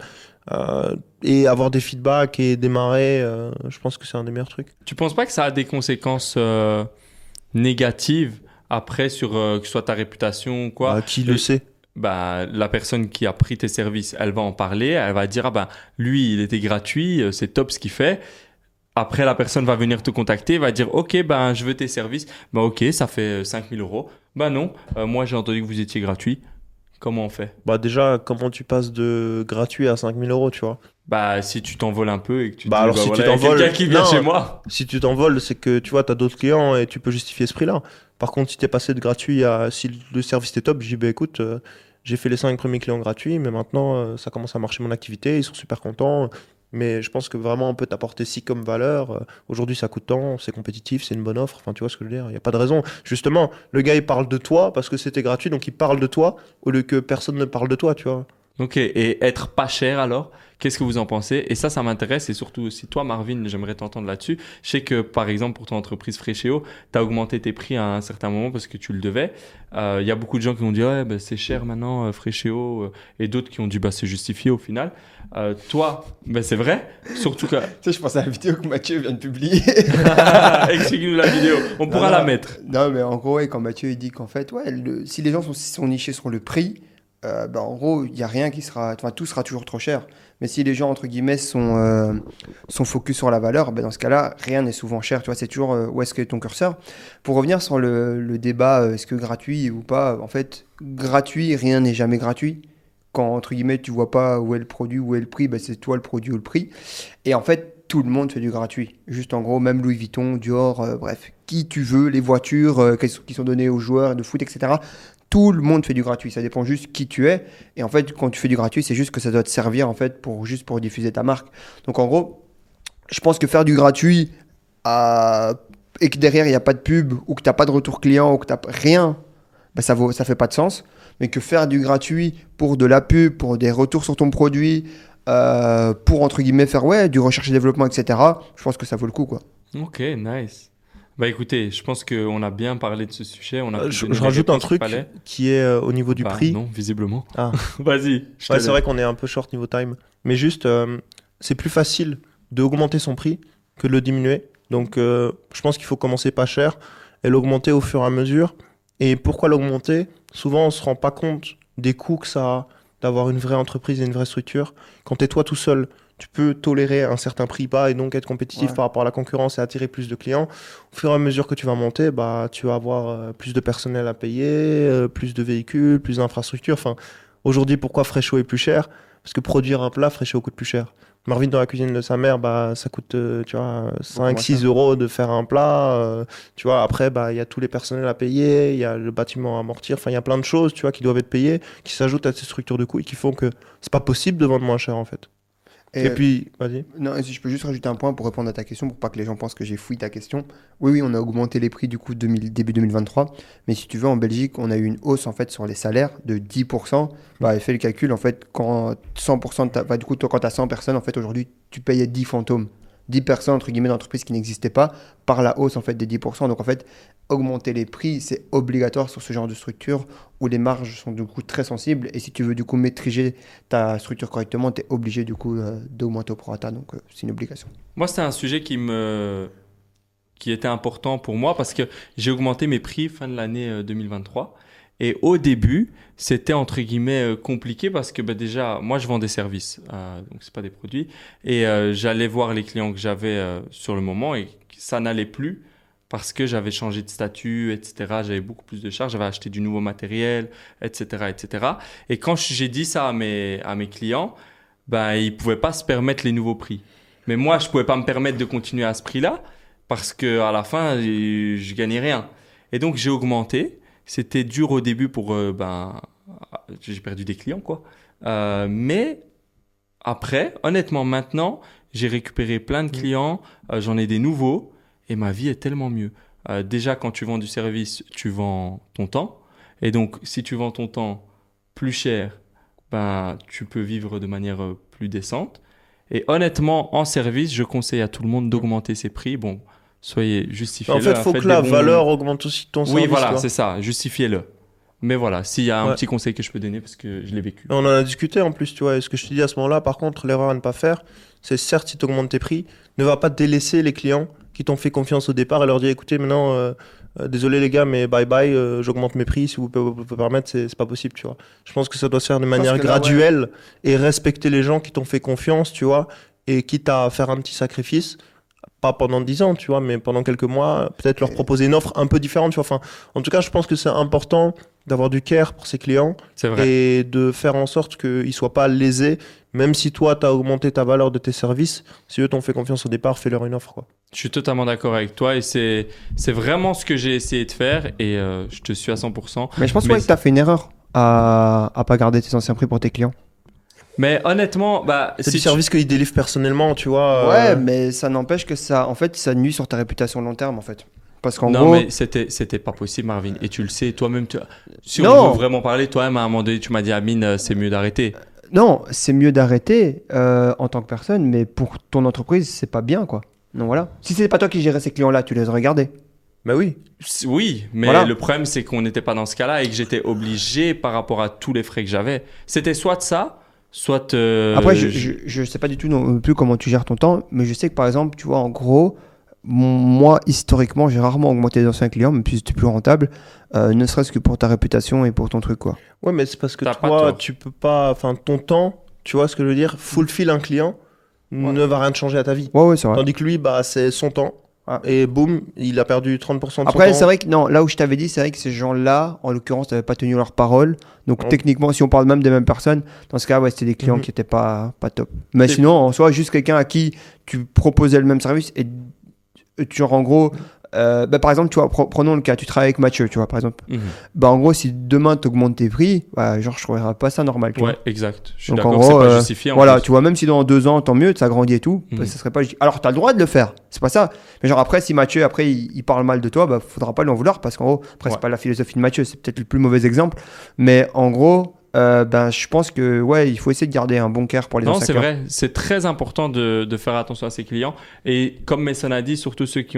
et avoir des feedbacks et démarrer, je pense que c'est un des meilleurs trucs. Tu penses pas que ça a des conséquences négatives après sur que ce soit ta réputation ou quoi? Qui le sait? La personne qui a pris tes services, elle va en parler, elle va dire lui, il était gratuit, c'est top ce qu'il fait. Après, la personne va venir te contacter, va dire ok, je veux tes services. Ok, ça fait 5 000 euros. Non, moi j'ai entendu que vous étiez gratuit. Comment on fait? Déjà, comment tu passes de gratuit à 5 000 euros, tu vois? Si tu t'envoles un peu et que tu alors si tu t'envoles, quelqu'un qui vient chez moi. Si tu t'envoles, c'est que tu vois, t'as d'autres clients et tu peux justifier ce prix-là. Par contre, si t'es passé de gratuit à si le service est top, je dis écoute, j'ai fait les 5 premiers clients gratuits, mais maintenant ça commence à marcher mon activité, ils sont super contents. Mais je pense que vraiment on peut t'apporter ci comme valeur. Aujourd'hui ça coûte tant, c'est compétitif, c'est une bonne offre. Enfin, tu vois ce que je veux dire? Il n'y a pas de raison. Justement, le gars il parle de toi parce que c'était gratuit, donc il parle de toi au lieu que personne ne parle de toi, tu vois. Ok, et être pas cher alors? Qu'est-ce que vous en pensez? Et ça m'intéresse. Et surtout aussi, toi, Marvin, j'aimerais t'entendre là-dessus. Je sais que, par exemple, pour ton entreprise Freshéo, tu as augmenté tes prix à un certain moment parce que tu le devais. Il y a beaucoup de gens qui ont dit, ouais, bah, c'est cher maintenant, Freshéo. Et d'autres qui ont dit, bah, c'est justifié au final. Toi, bah, c'est vrai. Surtout que. Tu sais, je pense à la vidéo que Mathieu vient de publier. Explique-nous la vidéo. On pourra la mettre. Non, mais en gros, ouais, quand Mathieu il dit qu'en fait, ouais, si les gens sont nichés sur le prix, bah, en gros, il n'y a rien qui sera. Enfin, tout sera toujours trop cher. Mais si les gens, entre guillemets, sont focus sur la valeur, bah, dans ce cas-là, rien n'est souvent cher. Tu vois, c'est toujours où est-ce que est ton curseur. Pour revenir sur le débat, est-ce que gratuit ou pas, en fait, gratuit, rien n'est jamais gratuit. Quand, entre guillemets, tu vois pas où est le produit, où est le prix, bah, c'est toi le produit ou le prix. Et en fait, tout le monde fait du gratuit. Juste en gros, même Louis Vuitton, Dior, bref, qui tu veux, les voitures qui sont données aux joueurs de foot, etc. Tout le monde fait du gratuit. Ça dépend juste qui tu es. Et en fait, quand tu fais du gratuit, c'est juste que ça doit te servir en fait juste pour diffuser ta marque. Donc en gros, je pense que faire du gratuit et que derrière il n'y a pas de pub ou que tu n'as pas de retour client ou que tu n'as rien, bah, ça fait pas de sens. Mais que faire du gratuit pour de la pub, pour des retours sur ton produit, pour entre guillemets faire du recherche et développement, etc. Je pense que ça vaut le coup, quoi. Ok, nice. Bah écoutez, je pense qu'on a bien parlé de ce sujet. Je rajoute un truc qui est au niveau du prix. Non, visiblement. Ah. Vas-y. Ouais, c'est vrai qu'on est un peu short niveau time. Mais juste, c'est plus facile d'augmenter son prix que de le diminuer. Donc, je pense qu'il faut commencer pas cher et l'augmenter au fur et à mesure. Et pourquoi l'augmenter? Souvent, on ne se rend pas compte des coûts que ça a d'avoir une vraie entreprise et une vraie structure. Quand tu es toi tout seul, tu peux tolérer un certain prix bas et donc être compétitif par rapport à la concurrence et attirer plus de clients. Au fur et à mesure que tu vas monter, bah, tu vas avoir plus de personnel à payer, plus de véhicules, plus d'infrastructures. Enfin, aujourd'hui, pourquoi Freshéo est plus cher? Parce que produire un plat, Freshéo coûte plus cher. Marvin, dans la cuisine de sa mère, bah, ça coûte 5-6 euros de faire un plat. Tu vois, après, bah, y a tous les personnels à payer, il y a le bâtiment à amortir. Enfin, il y a plein de choses, tu vois, qui doivent être payées, qui s'ajoutent à ces structures de coûts et qui font que c'est pas possible de vendre moins cher, en fait. Et puis, vas-y. Non, si je peux juste rajouter un point pour répondre à ta question, pour pas que les gens pensent que j'ai fouillé ta question. Oui, on a augmenté les prix du coup début 2023. Mais si tu veux, en Belgique, on a eu une hausse en fait sur les salaires de 10%. Bah, fais le calcul, en fait, quand 100% du coup, toi, quand tu as 100 personnes, en fait, aujourd'hui, tu payais 10 fantômes. 10 personnes, entre guillemets, d'entreprises qui n'existaient pas par la hausse en fait, des 10%. Donc, en fait, augmenter les prix, c'est obligatoire sur ce genre de structure où les marges sont du coup très sensibles. Et si tu veux du coup maîtriser ta structure correctement, tu es obligé du coup d'augmenter au prorata. Donc, c'est une obligation. Moi, c'est un sujet qui était important pour moi parce que j'ai augmenté mes prix fin de l'année 2023. Et au début, c'était entre guillemets compliqué parce que déjà, moi, je vends des services, donc c'est pas des produits. Et j'allais voir les clients que j'avais sur le moment et ça n'allait plus parce que j'avais changé de statut, etc. J'avais beaucoup plus de charges, j'avais acheté du nouveau matériel, etc., etc. Et quand j'ai dit ça à mes clients, ben ils pouvaient pas se permettre les nouveaux prix. Mais moi, je pouvais pas me permettre de continuer à ce prix-là parce que à la fin, je gagnais rien. Et donc j'ai augmenté. C'était dur au début pour j'ai perdu des clients quoi. Mais après, honnêtement, maintenant, j'ai récupéré plein de clients, j'en ai des nouveaux et ma vie est tellement mieux. Déjà, quand tu vends du service, tu vends ton temps. Et donc, si tu vends ton temps plus cher, tu peux vivre de manière plus décente. Et honnêtement, en service, je conseille à tout le monde d'augmenter ses prix. Bon, soyez justifiez-le. En fait, il faut que la valeur augmente aussi ton service. Oui, voilà, c'est ça. Justifiez-le. Mais voilà, s'il y a un petit conseil que je peux donner parce que je l'ai vécu. On en a discuté en plus, tu vois. Et ce que je te dis à ce moment-là, par contre, l'erreur à ne pas faire, c'est certes, si tu augmentes tes prix, ne va pas délaisser les clients qui t'ont fait confiance au départ et leur dire écoutez, maintenant, désolé les gars, mais bye bye, j'augmente mes prix, si vous pouvez permettre, c'est pas possible, tu vois. Je pense que ça doit se faire de manière graduelle et respecter les gens qui t'ont fait confiance, tu vois, et quitte à faire un petit sacrifice. Pas pendant 10 ans, tu vois, mais pendant quelques mois, peut-être leur proposer une offre un peu différente, tu vois. Enfin, en tout cas, je pense que c'est important d'avoir du care pour ses clients et de faire en sorte qu'ils ne soient pas lésés, même si toi, tu as augmenté ta valeur de tes services. Si eux t'ont fait confiance au départ, fais-leur une offre, quoi. Je suis totalement d'accord avec toi et c'est vraiment ce que j'ai essayé de faire et je te suis à 100%. Mais je pense que tu as fait une erreur à ne pas garder tes anciens prix pour tes clients. Mais honnêtement, c'est du service qu'ils délivrent personnellement, tu vois. Ouais, mais ça n'empêche que ça nuit sur ta réputation long terme, en fait. Parce qu'en gros... Non, mais c'était pas possible, Marvin. Et tu le sais, toi-même, si on veut vraiment parler, toi-même, à un moment donné, tu m'as dit, Amine, c'est mieux d'arrêter. Non, c'est mieux d'arrêter en tant que personne, mais pour ton entreprise, c'est pas bien, quoi. Donc voilà. Si c'est pas toi qui gérais ces clients-là, tu les aurais gardés. Bah oui. Oui, mais Voilà. le problème, c'est qu'on n'était pas dans ce cas-là et que j'étais obligé par rapport à tous les frais que j'avais. C'était soit ça, soit... Après, je sais pas du tout non plus comment tu gères ton temps, mais je sais que par exemple, tu vois, en gros, moi, historiquement, j'ai rarement augmenté les anciens clients, même si c'était plus rentable, ne serait-ce que pour ta réputation et pour ton truc, quoi. Ouais, mais c'est parce que T'as pas toi, tort. tu peux pas. Enfin, ton temps, tu vois ce que je veux dire, fulfill un client ne va rien te changer à ta vie. Ouais, c'est vrai. Tandis que lui, bah, c'est son temps. Ouais. Et boum, il a perdu 30% de Après, son c'est temps. vrai que non, là où je t'avais dit, c'est vrai que ces gens-là, en l'occurrence, n'avaient pas tenu leur parole. Donc, Ouais. techniquement, si on parle même des mêmes personnes, dans ce cas, ouais, c'était des clients Mhm. qui n'étaient pas top. Mais Et- sinon, en soi, juste quelqu'un à qui tu proposais le même service et tu, genre, en gros, bah, par exemple, tu vois, prenons le cas, tu travailles avec Mathieu, tu vois, par exemple. Mhm. Bah, en gros, si demain tu augmentes tes prix, bah, genre, je trouverais pas ça normal. Tu Ouais, vois. exact. Je suis Donc, en d'accord, gros, c'est pas justifié. En voilà, plus. tu vois, même si dans 2 ans, tant mieux, ça grandit et tout, bah, Mhm. ça serait pas. Alors, tu as le droit de le faire, c'est pas ça. Mais genre, après, si Mathieu, après, il parle mal de toi, bah, faudra pas lui en vouloir parce qu'en gros, après, c'est Ouais. pas la philosophie de Mathieu, c'est peut-être le plus mauvais exemple. Mais en gros, ben, je pense que, ouais, il faut essayer de garder un bon cœur pour les Non, anciens c'est clients. vrai. C'est très important de faire attention à ses clients. Et comme Mason a dit, surtout ceux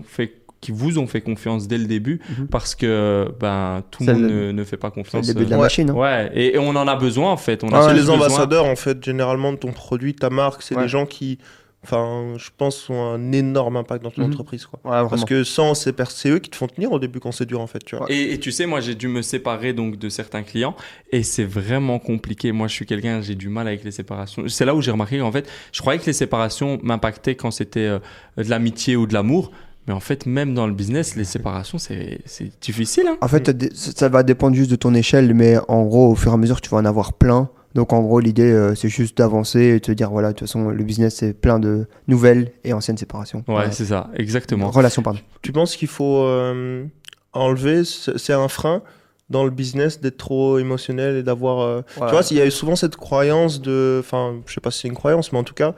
qui vous ont fait confiance dès le début, Mhm. parce que ben, tout C'est le monde le- ne fait pas C'est le confiance. début de la Ouais. machine. Hein. Ouais, et on en a besoin en fait. On Ah a ouais. C'est tous les besoin. ambassadeurs, en fait, généralement, de ton produit, ta marque. C'est Ouais. des gens qui, enfin, je pense, ont un énorme impact dans ton Mhm. entreprise, quoi. Ouais, vraiment. Parce que sans c'est eux qui te font tenir au début quand c'est dur, en fait, tu vois. Ouais. Et tu sais, moi, j'ai dû me séparer donc de certains clients et c'est vraiment compliqué. Moi, je suis quelqu'un, j'ai du mal avec les séparations. C'est là où j'ai remarqué qu'en fait, je croyais que les séparations m'impactaient quand c'était de l'amitié ou de l'amour. Mais en fait, même dans le business, les séparations, c'est difficile. Hein. En fait, ça va dépendre juste de ton échelle, mais en gros, au fur et à mesure, tu vas en avoir plein. Donc, en gros, l'idée, c'est juste d'avancer et de te dire, voilà, de toute façon, le business, c'est plein de nouvelles et anciennes séparations. Ouais, Voilà. c'est ça, exactement. Relations, pardon. Tu penses qu'il faut enlever, c'est un frein dans le business d'être trop émotionnel et d'avoir... Tu vois, il y a eu souvent cette croyance de... Enfin, je sais pas si c'est une croyance, mais en tout cas,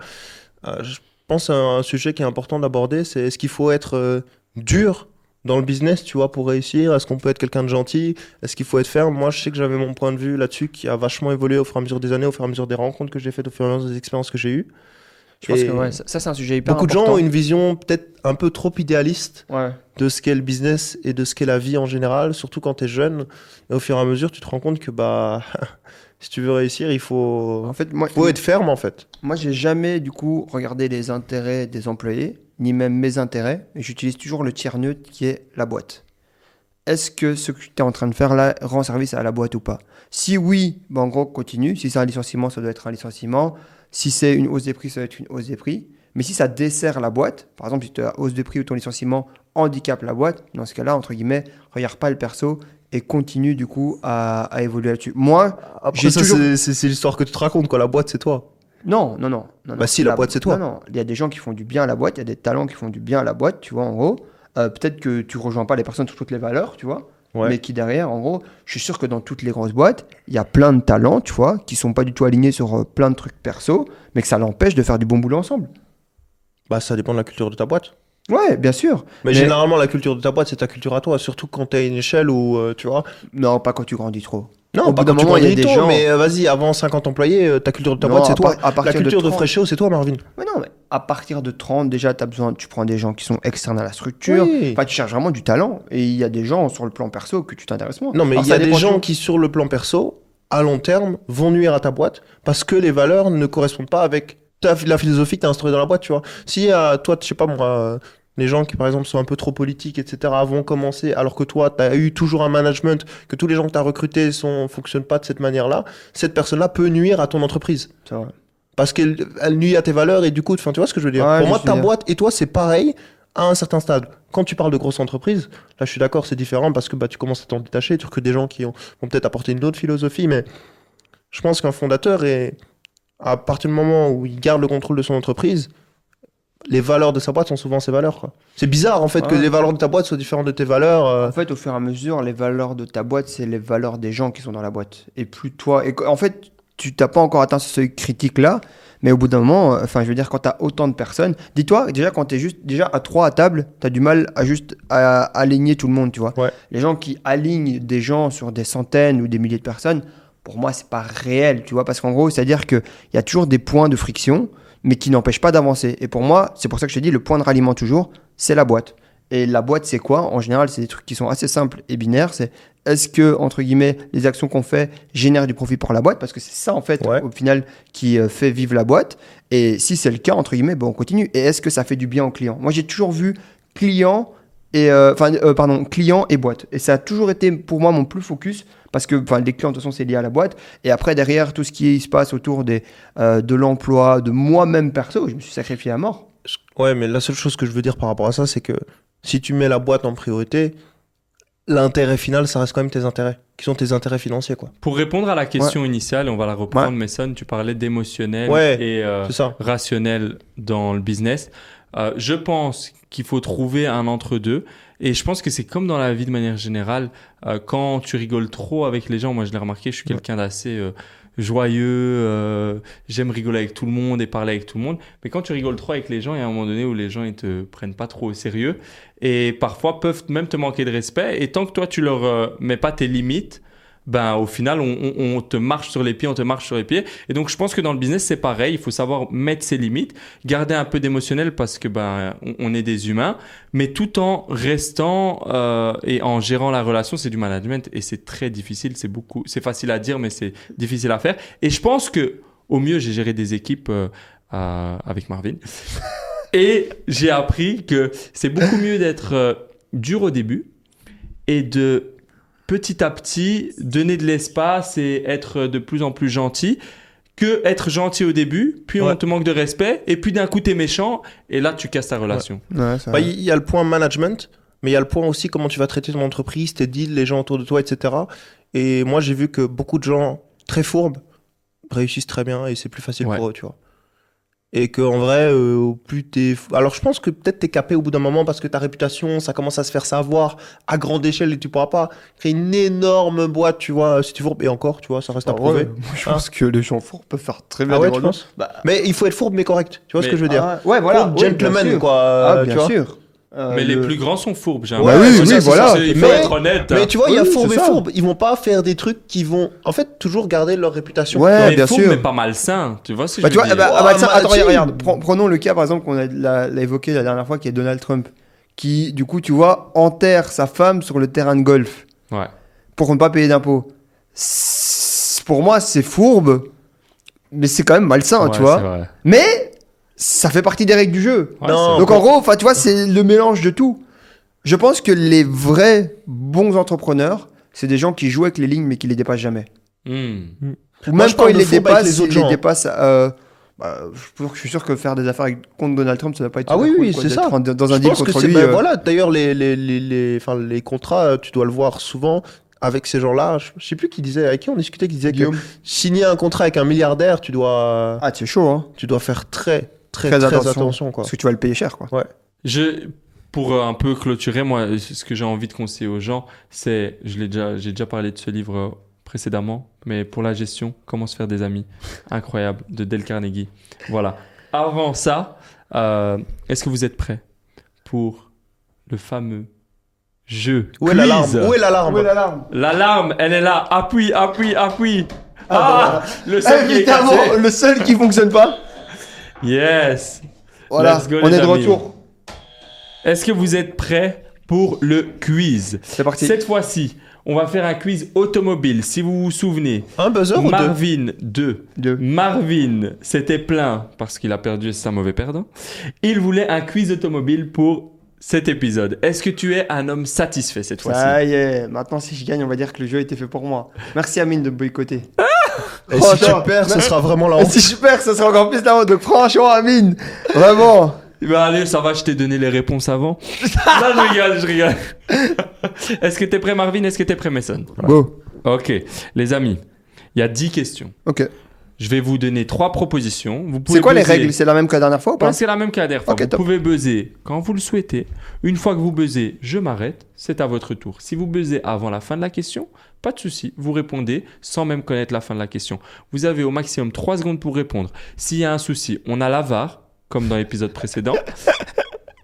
je pense à un sujet qui est important d'aborder, c'est est-ce qu'il faut être dur dans le business, tu vois, pour réussir? Est-ce qu'on peut être quelqu'un de gentil? Est-ce qu'il faut être ferme? Moi, je sais que j'avais mon point de vue là-dessus qui a vachement évolué au fur et à mesure des années, au fur et à mesure des rencontres que j'ai faites, au fur et à mesure des expériences que j'ai eues. Je pense Et que ouais, ça, c'est un sujet hyper Beaucoup de gens important. ont une vision peut-être un peu trop idéaliste Ouais. de ce qu'est le business et de ce qu'est la vie en général, surtout quand tu es jeune. Et au fur et à mesure, tu te rends compte que bah, si tu veux réussir, il faut, En fait, moi, faut être ferme en fait. moi, j'ai jamais, du coup, regardé les intérêts des employés, ni même mes intérêts. Et j'utilise toujours le tiers neutre qui est la boîte. Est-ce que ce que tu es en train de faire là rend service à la boîte ou pas? Si oui, bah, en gros, continue. Si c'est un licenciement, ça doit être un licenciement. Si c'est une hausse des prix, ça doit être une hausse des prix. Mais si ça dessert la boîte, par exemple, si ta hausse de prix ou ton licenciement handicape la boîte, dans ce cas-là, entre guillemets, regarde pas le perso et continue du coup à évoluer là-dessus. Moi, Après, J'ai ça, toujours- c'est l'histoire que tu te racontes, quoi. La boîte, c'est toi. non. Bah si, la boîte, c'est toi. Non, non, il y a des gens qui font du bien à la boîte, il y a des talents qui font du bien à la boîte, tu vois, en gros. Peut-être que tu rejoins pas les personnes sur toutes les valeurs, tu vois, Ouais. mais qui derrière, en gros, je suis sûr que dans toutes les grosses boîtes, il y a plein de talents, tu vois, qui sont pas du tout alignés sur plein de trucs perso, mais que ça l'empêche de faire du bon boulot ensemble. Bah ça dépend de la culture de ta boîte. Ouais, bien sûr. Mais généralement, la culture de ta boîte, c'est ta culture à toi. Surtout quand tu à une échelle où, tu vois... Non, pas quand tu grandis trop. Non, Au pas bout d'un quand tu moment, il y a grandis des tôt, gens- mais vas-y, avant 50 employés, ta culture de ta Non, boîte, c'est à toi. par- à La partir culture de 30. Fréchéo, c'est toi, Marvin. Mais non, mais à partir de 30, déjà, tu prends des gens qui sont externes à la structure. Oui. Enfin, tu cherches vraiment du talent. Et il y a des gens sur le plan perso que tu t'intéresses moins. Non, mais Alors, il y a ça des dépend gens toujours. qui, sur le plan perso, à long terme, vont nuire à ta boîte parce que les valeurs ne correspondent pas avec la philosophie que tu as instaurée dans la boîte, tu vois. Si toi, je sais pas moi, les gens qui, par exemple, sont un peu trop politiques, etc., vont commencer, alors que toi, tu as eu toujours un management, que tous les gens que tu as recrutés fonctionnent pas de cette manière-là, cette personne-là peut nuire à ton entreprise. C'est vrai. Parce qu'elle nuit à tes valeurs et du coup, tu vois ce que je veux dire. Ouais, Pour je moi, veux ta dire. boîte et toi, c'est pareil à un certain stade. Quand tu parles de grosses entreprises, là, je suis d'accord, c'est différent parce que bah, tu commences à t'en détacher, tu recrutes des gens qui vont peut-être apporter une autre philosophie, mais je pense qu'un fondateur, à partir du moment où il garde le contrôle de son entreprise, les valeurs de sa boîte sont souvent ses valeurs, quoi. C'est bizarre, en fait, que Ouais. les valeurs de ta boîte soient différentes de tes valeurs. En fait, au fur et à mesure, les valeurs de ta boîte, c'est les valeurs des gens qui sont dans la boîte. Et plus toi. En fait, tu t'as pas encore atteint ce seuil critique-là, mais au bout d'un moment, enfin, je veux dire, quand tu as autant de personnes, dis-toi, déjà, quand tu es juste déjà à 3 à table, tu as du mal à aligner tout le monde, tu vois. Ouais. Les gens qui alignent des gens sur des centaines ou des milliers de personnes, pour moi, c'est pas réel, tu vois, parce qu'en gros, c'est-à-dire qu'il y a toujours des points de friction, mais qui n'empêchent pas d'avancer. Et pour moi, c'est pour ça que je te dis, le point de ralliement toujours, c'est la boîte. Et la boîte, c'est quoi? En général, c'est des trucs qui sont assez simples et binaires. C'est est-ce que, entre guillemets, les actions qu'on fait génèrent du profit pour la boîte? Parce que c'est ça, en fait, au final, qui fait vivre la boîte. Et si c'est le cas, entre guillemets, on continue. Et est-ce que ça fait du bien aux clients? Moi, j'ai toujours vu client et boîte. Et ça a toujours été, pour moi, mon plus focus. Parce que les clients, de toute façon, c'est lié à la boîte. Et après, derrière, tout ce qui se passe autour de l'emploi, de moi-même perso, je me suis sacrifié à mort. Ouais, mais la seule chose que je veux dire par rapport à ça, c'est que si tu mets la boîte en priorité, l'intérêt final, ça reste quand même tes intérêts, qui sont tes intérêts financiers, quoi. Pour répondre à la question initiale, on va la reprendre, Mason, tu parlais d'émotionnel et rationnel dans le business. Je pense qu'il faut trouver un entre-deux. Et je pense que c'est comme dans la vie de manière générale. Quand tu rigoles trop avec les gens, moi je l'ai remarqué, je suis quelqu'un d'assez joyeux. J'aime rigoler avec tout le monde et parler avec tout le monde. Mais quand tu rigoles trop avec les gens, il y a un moment donné où les gens ils te prennent pas trop au sérieux. Et parfois peuvent même te manquer de respect. Et tant que toi tu leur mets pas tes limites, au final, on te marche sur les pieds, Et donc, je pense que dans le business, c'est pareil. Il faut savoir mettre ses limites, garder un peu d'émotionnel parce que on est des humains, mais tout en restant et en gérant la relation, c'est du management et c'est très difficile. C'est facile à dire, mais c'est difficile à faire. Et je pense que au mieux, j'ai géré des équipes avec Marvin et j'ai appris que c'est beaucoup mieux d'être dur au début et de petit à petit, donner de l'espace et être de plus en plus gentil que être gentil au début, puis on te manque de respect, et puis d'un coup t'es méchant, et là tu casses ta relation. Il y a le point management, mais il y a le point aussi comment tu vas traiter ton entreprise, tes deals, les gens autour de toi, etc. Et moi j'ai vu que beaucoup de gens très fourbes réussissent très bien et c'est plus facile pour eux, tu vois. Et qu'en vrai, plus t'es... Alors, je pense que peut-être t'es capé au bout d'un moment parce que ta réputation, ça commence à se faire savoir à grande échelle et tu pourras pas créer une énorme boîte, tu vois, si tu fourbes. Et encore, tu vois, ça reste à prouver. Moi, je pense que les gens fourbes peuvent faire très bien des tu penses Mais il faut être fourbe, mais correct. Tu vois ce que je veux dire? Voilà. Fourbe, gentleman, quoi. Bien sûr. Mais les plus grands sont fourbes, j'ai voilà. Il faut être honnête. Mais tu vois, il y a fourbe et fourbe. Ils vont pas faire des trucs qui vont, en fait, toujours garder leur réputation. Ouais, bien sûr. Mais pas malsain. Tu vois ce que je veux dire. Attends, regarde. Prenons le cas, par exemple, qu'on l'a évoqué la dernière fois, qui est Donald Trump, qui, du coup, tu vois, enterre sa femme sur le terrain de golf. Ouais. Pour ne pas payer d'impôts. Pour moi, c'est fourbe, mais c'est quand même malsain, tu vois. Vrai. Mais ça fait partie des règles du jeu. Ouais, donc en gros, tu vois, c'est le mélange de tout. Je pense que les vrais bons entrepreneurs, c'est des gens qui jouent avec les lignes mais qui les dépassent jamais. Ou même quand ils les dépassent, ils les dépassent. Je suis sûr que faire des affaires contre Donald Trump, ça va pas être. C'est ça. Dans un deal contre lui. Voilà. D'ailleurs, les contrats, tu dois le voir souvent. Avec ces gens-là, je sais plus qui disait, avec qui on discutait, qui disait Guillaume. Que signer un contrat avec un milliardaire, tu dois. Ah, c'est chaud, hein. Tu dois faire très attention, quoi. Parce que tu vas le payer cher, quoi. Ouais. Pour un peu clôturer, moi, ce que j'ai envie de conseiller aux gens, c'est, j'ai déjà parlé de ce livre précédemment, mais pour la gestion, comment se faire des amis, incroyable, de Dale Carnegie. Voilà. Avant ça, est-ce que vous êtes prêts pour le fameux jeu Où est l'alarme? L'alarme, elle est là. Appuie. Le seul qui est évidemment, cassé. le seul qui fonctionne pas. Yes. Voilà, Let's go, on les est de amis. retour. Est-ce que vous êtes prêts pour le quiz? C'est parti. Cette fois-ci, on va faire un quiz automobile. Si vous vous souvenez, un buzzer ou Marvin, deux. Deux. Marvin s'était plaint parce qu'il a perdu, c'est un mauvais perdant. Il voulait un quiz automobile pour cet épisode. Est-ce que tu es un homme satisfait cette fois-ci? Ça y est, maintenant si je gagne, on va dire que le jeu a été fait pour moi. Merci Amine de me boycotter. Et si tu perds, ce sera vraiment la honte. Si je perds, ce sera encore plus la honte. Donc franchement Amine, vraiment. Allez, ça va, je t'ai donné les réponses avant. Non, je rigole. Est-ce que t'es prêt Marvin? Est-ce que t'es prêt Mason? Beau. Ok, les amis, il y a 10 questions. Ok. Je vais vous donner 3 propositions. Vous pouvez c'est quoi buzzer. les règles? C'est la même que la dernière fois ou pas? C'est la même que la dernière fois. Okay, vous top. pouvez buzzer quand vous le souhaitez. Une fois que vous buzzez, je m'arrête. C'est à votre tour. Si vous buzzez avant la fin de la question, pas de souci. Vous répondez sans même connaître la fin de la question. Vous avez au maximum 3 secondes pour répondre. S'il y a un souci, on a la VAR, comme dans l'épisode précédent.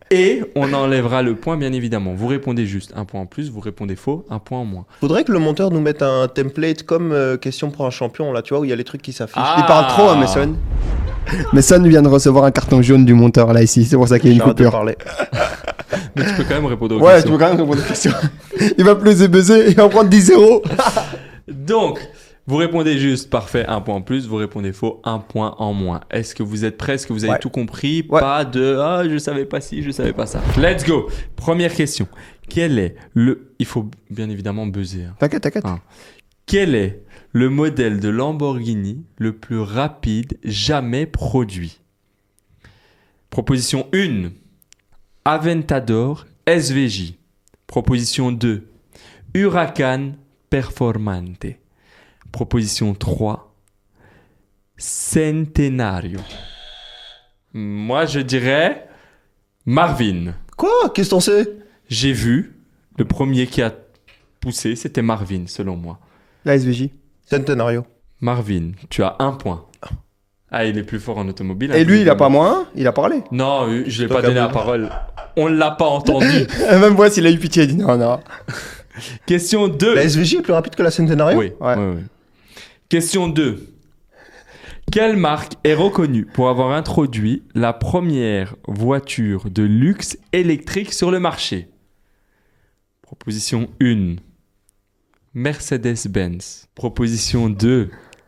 Et on enlèvera le point, bien évidemment. Vous répondez juste, un point en plus. Vous répondez faux, un point en moins. Faudrait que le monteur nous mette un template comme question pour un champion, là, tu vois, où il y a les trucs qui s'affichent. Il parle trop, hein, Mason. Mason vient de recevoir un carton jaune du monteur, là, ici. C'est pour ça qu'il y a une J'arrête de coupure. parler. Mais tu peux quand même répondre aux Ouais, questions. tu peux quand même répondre aux questions. Il va plus buzzer, il va prendre 10-0. Donc, vous répondez juste, parfait, un point en plus. Vous répondez faux, un point en moins. Est-ce que vous êtes prêts? Est-ce que vous avez Ouais. tout compris? Ouais. Pas de « Ah, je savais pas ci, je savais pas ça ». Let's go. Première question. Quel est le... Il faut bien évidemment buzzer. Hein. T'inquiète. Ah. Quel est le modèle de Lamborghini le plus rapide jamais produit? Proposition 1, Aventador SVJ. Proposition 2, Huracan Performante. Proposition 3, Centenario. Moi, je dirais Marvin. Quoi? Qu'est-ce qu'on sait? J'ai vu, le premier qui a poussé, c'était Marvin, selon moi. La SVJ. Centenario. Marvin, tu as un point. Ah, il est plus fort en automobile. Et lui, il a pas moins, il a parlé. Non, je l'ai Toi, pas donné la Gabriel. parole. On l'a pas entendu. Même moi, s'il a eu pitié, il dit non. Question 2. La SVJ est plus rapide que la Centenario? Oui, Ouais. oui. Question 2. Quelle marque est reconnue pour avoir introduit la première voiture de luxe électrique sur le marché? Proposition 1. Mercedes-Benz. Proposition 2.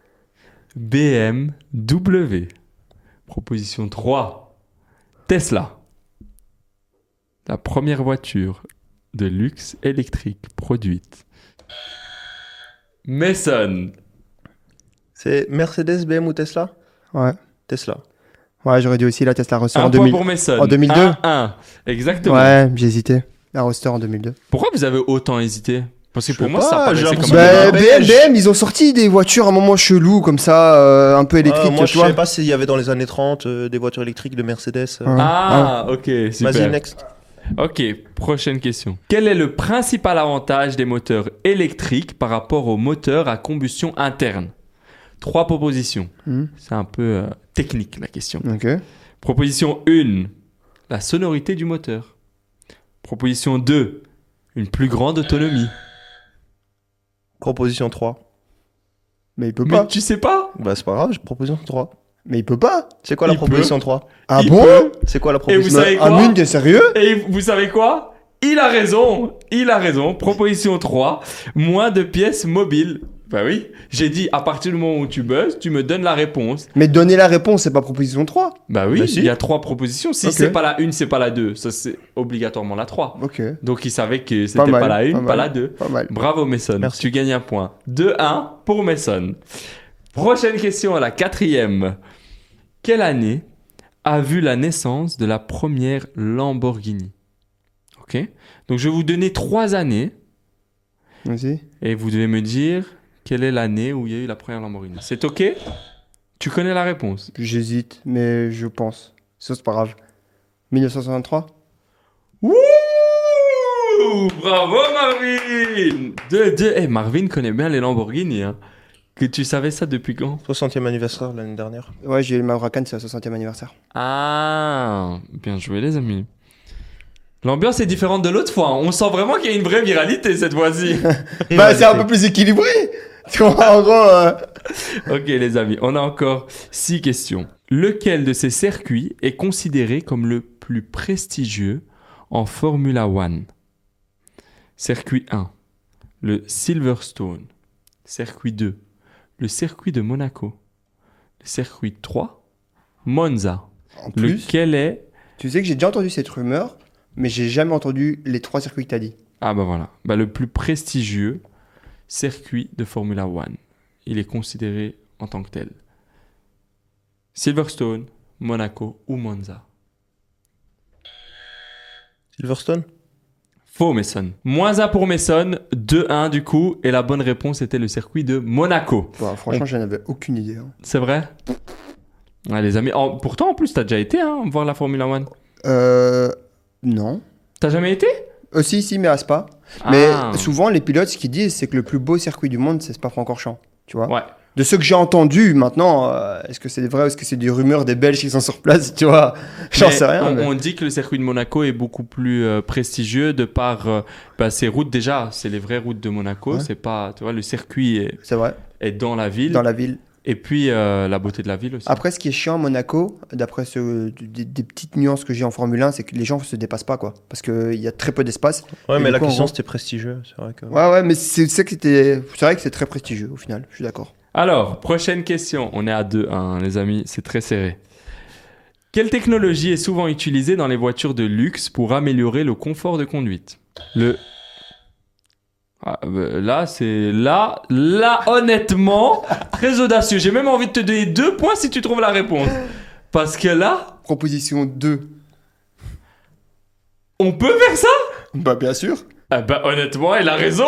BMW. Proposition 3. Tesla. La première voiture de luxe électrique produite. Mason. C'est Mercedes, BM ou Tesla? Ouais. Tesla. Ouais, j'aurais dit aussi la Tesla Roadster Un en point 2000. pour Mason. en 2002. 1. Exactement. Ouais, j'ai hésité. La Roadster en 2002. Pourquoi vous avez autant hésité? Parce que Je pour sais moi, pas, ça j'ai paraissait comme l'impression un... que- Bah, BM, ils ont sorti des voitures à un moment chelou, comme ça, un peu électriques, Moi, tu je vois. savais pas s'il y avait dans les années 30 des voitures électriques de Mercedes. Ouais. Ah, ok, super. Vas-y, next. Ok, prochaine question. Quel est le principal avantage des moteurs électriques par rapport aux moteurs à combustion interne? 3 propositions. Hmm. C'est un peu technique la question. Ok. Proposition 1, la sonorité du moteur. Proposition 2, une plus grande autonomie. Proposition 3. Mais il peut Mais pas. tu sais pas? Bah, c'est pas grave, proposition 3. Mais il peut pas. C'est quoi la Il proposition 3? Ah Il bon? peut. C'est quoi la Et vous proposition savez quoi? Amine, t'es sérieux? Et vous savez quoi? Il a raison. Il a raison. Proposition 3, moins de pièces mobiles. Bah oui, j'ai dit à partir du moment où tu buzzes, tu me donnes la réponse. Mais donner la réponse, c'est pas proposition 3. Bah oui, Bah si. il y a 3 propositions. Si Ok. c'est pas la 1, c'est pas la 2. Ça c'est obligatoirement la 3. Ok. Donc il savait que Pas c'était mal, pas la 1, pas pas mal. la 2. Pas mal. Bravo Mason, Merci. tu gagnes un point. 2-1 pour Mason. Prochaine question, la 4e. Quelle année a vu la naissance de la première Lamborghini? Ok. Donc je vais vous donner 3 années Vas-y. et vous devez me dire quelle est l'année où il y a eu la première Lamborghini. C'est ok? Tu connais la réponse? J'hésite, mais je pense. Ça, c'est pas grave. 1963? Wouh! Bravo Marvin! 2-2. Eh, Marvin connaît bien les Lamborghini. Hein. Que tu savais ça depuis quand? 60e anniversaire l'année dernière. Ouais, j'ai eu le Huracan, c'est le 60e anniversaire. Ah, bien joué les amis. L'ambiance est différente de l'autre fois. On sent vraiment qu'il y a une vraie viralité cette fois-ci. Bah, c'est un peu plus équilibré. Tu vois, en gros. Ok les amis, on a encore 6 questions. Lequel de ces circuits est considéré comme le plus prestigieux en Formula One? Circuit 1, le Silverstone. Circuit 2, le circuit de Monaco. Le circuit 3, Monza. En plus, Lequel est... tu sais que j'ai déjà entendu cette rumeur, mais j'ai jamais entendu les 3 circuits que t'as dit. Ah bah voilà, bah, le plus prestigieux circuit de Formula One. Il est considéré en tant que tel. Silverstone, Monaco ou Monza. Silverstone? Faux Mason. -1 pour Mason, 2-1 du coup, et la bonne réponse était le circuit de Monaco. Bah, franchement, j'en avais aucune idée. Hein. C'est vrai? Ouais, les amis, pourtant en plus t'as déjà été hein, voir la Formula One. Non. T'as jamais été? Si, mais à Spa. Mais Ah. souvent, les pilotes, ce qu'ils disent, c'est que le plus beau circuit du monde, c'est Spa-Francorchamps. Tu vois? Ouais, De ce que j'ai entendu, maintenant, est-ce que c'est vrai ou est-ce que c'est des rumeurs des Belges qui sont sur place, tu vois? J'en sais rien. On dit que le circuit de Monaco est beaucoup plus prestigieux de par ses routes. Déjà, c'est les vraies routes de Monaco. Ouais. C'est pas, tu vois, le circuit C'est vrai, est dans la ville. dans la ville. Et puis la beauté de la ville aussi. Après, ce qui est chiant à Monaco, d'après des petites nuances que j'ai en Formule 1, c'est que les gens ne se dépassent pas, quoi. Parce qu'il y a très peu d'espace. Ouais, Et mais du la coup, en question gros- c'était prestigieux, c'est vrai que. Ouais, mais c'est vrai que c'est très prestigieux, au final. Je suis d'accord. Alors, prochaine question. On est à 2-1, les amis. C'est très serré. Quelle technologie est souvent utilisée dans les voitures de luxe pour améliorer le confort de conduite? Là, honnêtement, très audacieux. J'ai même envie de te donner 2 points si tu trouves la réponse. Parce que là, Proposition 2. on peut faire ça? Bah, bien sûr. Honnêtement, il a raison.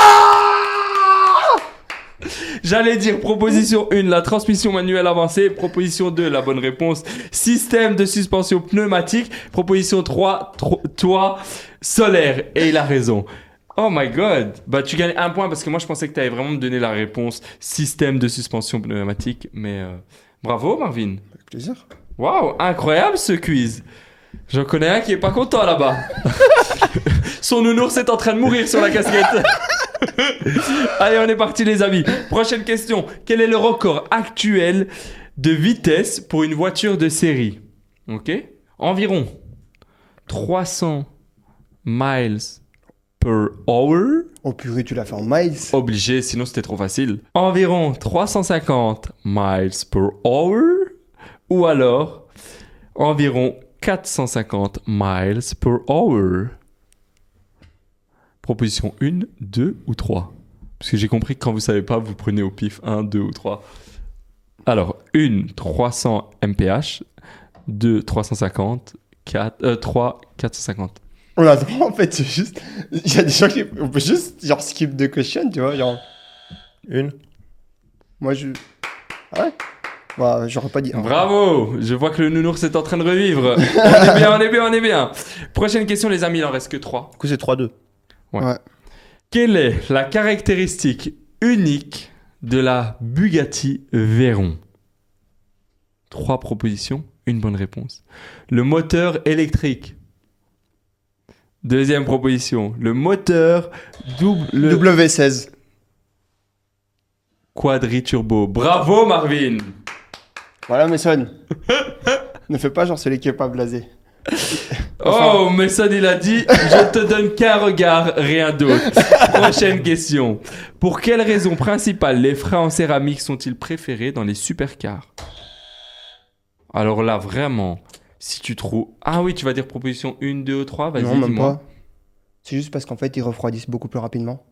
J'allais dire proposition 1, la transmission manuelle avancée. Proposition 2, la bonne réponse, système de suspension pneumatique. Proposition 3, toit solaire. Et il a raison. Oh my god. Bah, tu gagnes 1 point parce que moi, je pensais que tu allais vraiment me donner la réponse système de suspension pneumatique. Mais bravo, Marvin. Avec plaisir. Waouh, incroyable ce quiz. J'en connais un qui est pas content là-bas. Son nounours est en train de mourir sur la casquette. Allez, on est parti les amis. Prochaine question. Quel est le record actuel de vitesse pour une voiture de série? Ok. Environ 300 miles per hour. Oh purée, tu l'as fait en miles. Obligé, sinon c'était trop facile. Environ 350 miles per hour. Ou alors environ 450 miles per hour. Proposition 1, 2 ou 3. Parce que j'ai compris que quand vous savez pas, vous prenez au pif 1, 2 ou 3. Alors, 1, 300 mph. 2, 350. 3, 450. On a droit, en fait, c'est juste. Il y a des gens qui. On peut juste, genre, skip the question, tu vois. Genre, Une. moi, je. Ah ouais? Bah, j'aurais pas dit. Bravo! Je vois que le nounours est en train de revivre. On est bien, on est bien, on est bien. Prochaine question, les amis, il en reste que 3. Du coup, c'est 3-2. Ouais. Quelle est la caractéristique unique de la Bugatti Veyron? 3 propositions, une bonne réponse. Le moteur électrique. Deuxième proposition, le moteur W16. quadriturbo. Bravo Marvin! Voilà, Mason. Ne fais pas genre celui qui est pas blasé. Oh, Mason il a dit, je te donne qu'un regard, rien d'autre. Prochaine question. Pour quelle raison principale les freins en céramique sont-ils préférés dans les supercars? Alors là, vraiment, si tu trouves... Ah oui, tu vas dire proposition 1, 2 ou 3, vas-y, Non, même dis-moi. pas. C'est juste parce qu'en fait, ils refroidissent beaucoup plus rapidement.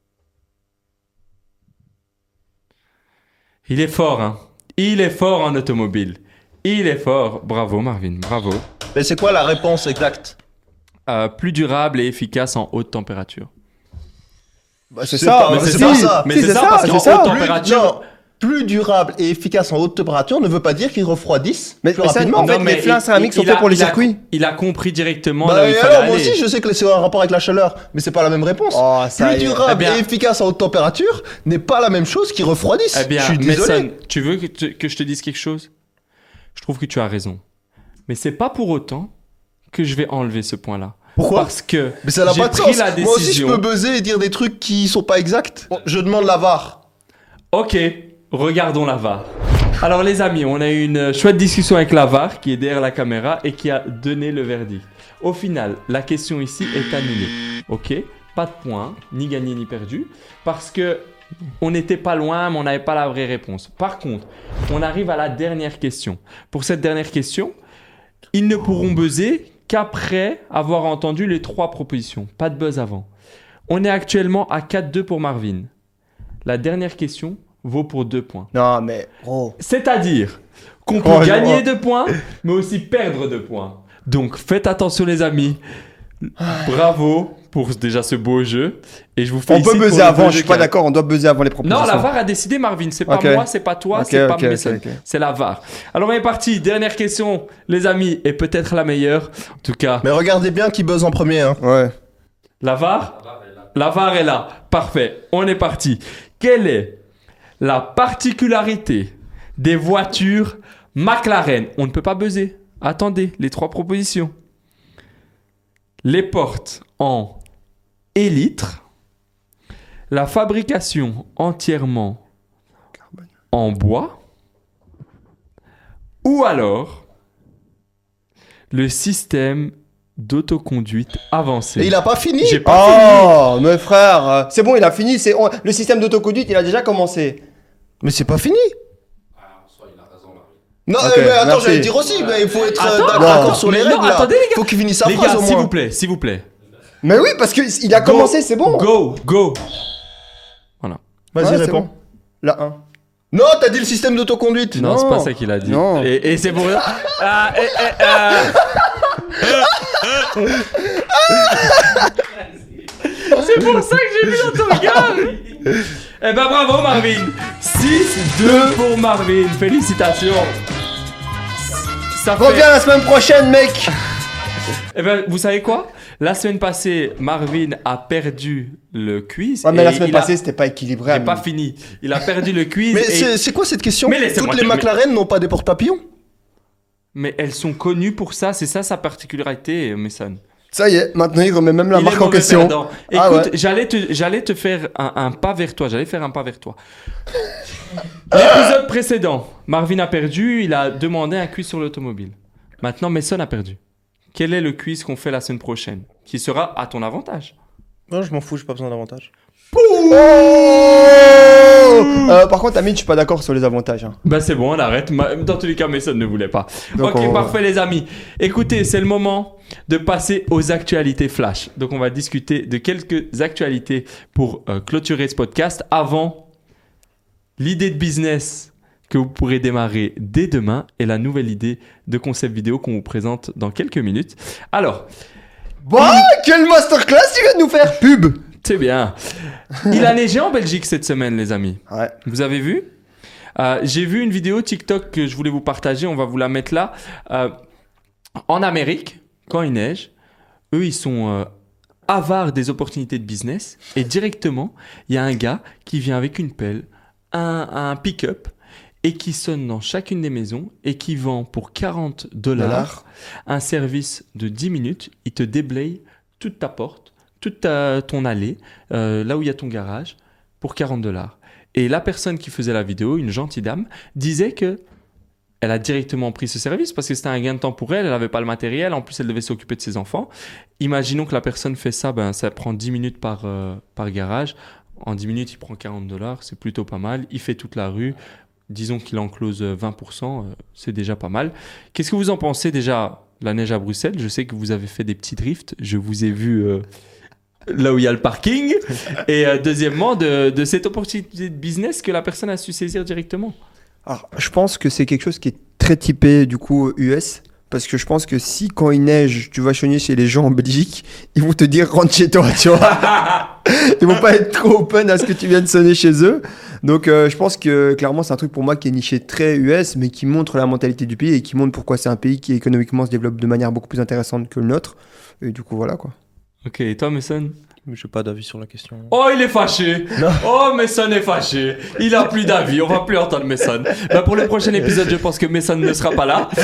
Il est fort, hein. Il est fort en automobile. Il est fort. Bravo, Marvin, bravo. Mais c'est quoi la réponse exacte? Plus durable et efficace en haute température. Bah, c'est C'est ça. pas- Mais c'est c'est pas ça, ça. mais Si, c'est c'est ça, ça, parce c'est qu'en ça. haute Plus- température... Non, plus durable et efficace en haute température ne veut pas dire qu'ils refroidissent Mais plus ça, rapidement. en fait, Non, mais les freins céramiques sont il faits a- pour les il a- circuits. Il a compris directement Bah, là où il et fallait alors, moi aller. aussi, je sais que c'est un rapport avec la chaleur, mais c'est pas la même réponse. Oh, ça Plus y est. durable Eh bien- et efficace en haute température n'est pas la même chose qu'ils refroidissent. Eh bien, je suis désolé. Mason, tu veux que je te dise quelque chose? Je trouve que tu as raison. Mais c'est pas pour autant que je vais enlever ce point-là. Pourquoi? Parce que Mais ça n'a j'ai pas de pris sens. la Moi aussi, je décision. peux buzzer et dire des trucs qui sont pas exacts. Je demande la VAR. Ok, regardons la VAR. Alors les amis, on a eu une chouette discussion avec la VAR qui est derrière la caméra et qui a donné le verdict. Au final, la question ici est annulée. Ok, pas de point, ni gagné ni perdu, parce que on n'était pas loin, mais on n'avait pas la vraie réponse. Par contre, on arrive à la dernière question. Pour cette dernière question, ils ne pourront buzzer qu'après avoir entendu les 3 propositions. Pas de buzz avant. On est actuellement à 4-2 pour Marvin. La dernière question vaut pour 2 points. Non, mais. Oh. C'est-à-dire qu'on peut Oh, gagner oh. 2 points, mais aussi perdre 2 points. Donc faites attention les amis. Bravo pour déjà ce beau jeu. Et je vous On félicite peut pour buzzer le avant, beau je jeu suis pas qu'il y a. d'accord, on doit buzzer avant les propositions. Non, la VAR a décidé Marvin. C'est pas Ok. moi, c'est pas toi, Ok, c'est pas ok, Mason. ok. C'est la VAR. Alors on est parti. Dernière question les amis, et peut-être la meilleure. En tout cas, Mais regardez bien qui buzz en premier. Hein. Ouais. la VAR? La VAR est là. Parfait. On est parti. Quelle est la particularité des voitures McLaren. On ne peut pas buzzer. Attendez, les 3 propositions. Les portes en élytre, la fabrication entièrement en bois, ou alors le système d'autoconduite avancé. Et il a pas fini. J'ai pas Oh, mes frères, c'est bon, il a fini. Le système d'autoconduite, il a déjà commencé. Mais c'est pas fini. Non, Ok, mais attends, merci. j'allais dire aussi, mais il faut être Attends, d'accord sur les mais non, règles. Là. attendez, les gars. Faut qu'il finisse sa Les phrase gars, au s'il moins. vous plaît, s'il vous plaît. Mais oui, parce qu'il a commencé, c'est bon. Go. Vas-y, Ouais, c'est réponds. bon. La 1. Non, t'as dit le système d'autoconduite. Non, Non. c'est pas ça qu'il a dit. Non. Et c'est pour... C'est pour ça que j'ai vu dans ton regard. Eh ben bravo Marvin. 6-2 pour Marvin. Félicitations. Ça fait... Reviens la semaine prochaine, mec. Eh ben vous savez quoi? La semaine passée, Marvin a perdu le quiz. Ouais, mais et la semaine il a- passée, c'était pas équilibré. J'ai ami. pas fini. Il a perdu le quiz. Mais et- c'est quoi cette question? Mais laissez-moi Toutes les terminer. McLaren n'ont pas des porte-papillons? Mais elles sont connues pour ça. C'est ça sa particularité, Mason. Ça y est, maintenant il remet même la Il est marque en mauvais question. perdant. Écoute, Ah ouais. j'allais te faire un pas vers toi. J'allais faire un pas vers toi. L'épisode précédent, Marvin a perdu. Il a demandé un quiz sur l'automobile. Maintenant, Mason a perdu. Quel est le quiz qu'on fait la semaine prochaine? Qui sera à ton avantage. Non, je m'en fous, j'ai pas besoin d'avantage. Oh par contre, Amine, je suis pas d'accord sur les avantages. Hein. Bah c'est bon, on arrête. Dans tous les cas, Mason ne voulait pas. Donc, Ok, on- parfait les amis. Écoutez, c'est le moment de passer aux actualités flash. Donc on va discuter de quelques actualités pour clôturer ce podcast. Avant, l'idée de business que vous pourrez démarrer dès demain et la nouvelle idée de concept vidéo qu'on vous présente dans quelques minutes. Alors, Bah, quelle masterclass tu viens de nous faire, pub. c'est bien. Il a neigé en Belgique cette semaine les amis. Ouais. Vous avez vu? J'ai vu une vidéo TikTok que je voulais vous partager, on va vous la mettre là. En Amérique, quand il neige, eux ils sont avares des opportunités de business et directement, il y a un gars qui vient avec une pelle, un pick-up et qui sonne dans chacune des maisons et qui vend pour $40 un service de 10 minutes. Il te déblaye toute ta porte, toute ton allée, là où il y a ton garage, pour $40. Et la personne qui faisait la vidéo, une gentille dame, disait que elle a directement pris ce service parce que c'était un gain de temps pour elle, elle n'avait pas le matériel, en plus elle devait s'occuper de ses enfants. Imaginons que la personne fait ça, ça prend 10 minutes par garage. En 10 minutes, il prend $40, c'est plutôt pas mal. Il fait toute la rue. Disons qu'il en close 20%, c'est déjà pas mal. Qu'est-ce que vous en pensez déjà, la neige à Bruxelles? Je sais que vous avez fait des petits drifts, je vous ai vu là où il y a le parking. Et deuxièmement, de cette opportunité de business que la personne a su saisir directement. Alors, je pense que c'est quelque chose qui est très typé du coup US. Parce que je pense que si quand il neige, tu vas chogner chez les gens en Belgique, ils vont te dire rentre chez toi, tu vois. Ils vont pas être trop open à ce que tu viennes sonner chez eux. Donc je pense que clairement c'est un truc pour moi qui est niché très US, mais qui montre la mentalité du pays et qui montre pourquoi c'est un pays qui économiquement se développe de manière beaucoup plus intéressante que le nôtre. Et du coup voilà quoi. Ok, et toi Mason? J'ai pas d'avis sur la question. Oh, il est fâché. Non. Oh, Mason est fâché. Il a plus d'avis. On va plus entendre Mason. Pour le prochain épisode, je pense que Mason ne sera pas là.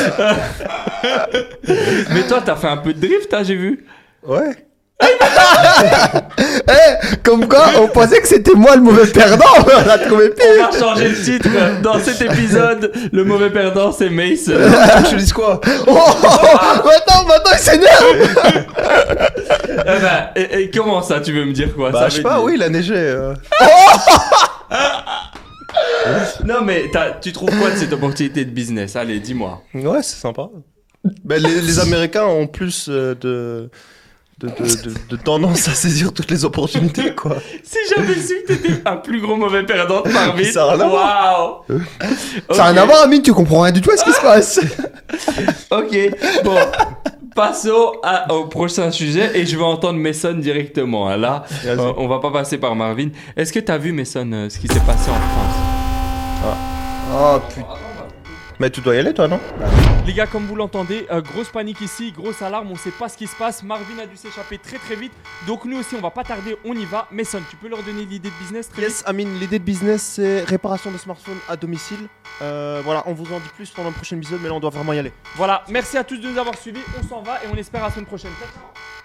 Mais toi, t'as fait un peu de drift, hein, j'ai vu. Ouais. Comme quoi on pensait que c'était moi le mauvais perdant, on l'a trouvé On pire. va changer le titre. Dans cet épisode, le mauvais perdant, c'est Mason. Je te dis quoi? Maintenant il s'énerve. Et comment ça, tu veux me dire quoi? Bah, Ça je sais veut pas, dire- oui, il a neigé. Non, mais tu trouves quoi de cette opportunité de business? Allez, dis-moi. Ouais, c'est sympa. Ben, les Américains ont plus de tendance à saisir toutes les opportunités, quoi. Si j'avais su que t'étais un plus gros mauvais perdant de par vite. Ça a rien à Waouh! Ça n'a rien à voir, Amine, tu comprends rien du tout à ce qui se passe. Ok, bon. Passons au prochain sujet et je vais entendre Mason directement. Hein. Là, Vas-y. on va pas passer par Marvin. Est-ce que tu as vu, Mason, ce qui s'est passé en France? Oh putain. Mais tu dois y aller, toi, non? Les gars, comme vous l'entendez, grosse panique ici, grosse alarme, on sait pas ce qui se passe. Marvin a dû s'échapper très très vite. Donc nous aussi, on va pas tarder, on y va. Mason, tu peux leur donner l'idée de business très vite? Yes, Amine, l'idée de business, c'est réparation de smartphones à domicile. Voilà, on vous en dit plus pendant le prochain épisode, mais là, on doit vraiment y aller. Voilà, merci à tous de nous avoir suivis. On s'en va et on espère à la semaine prochaine. Ciao, ciao.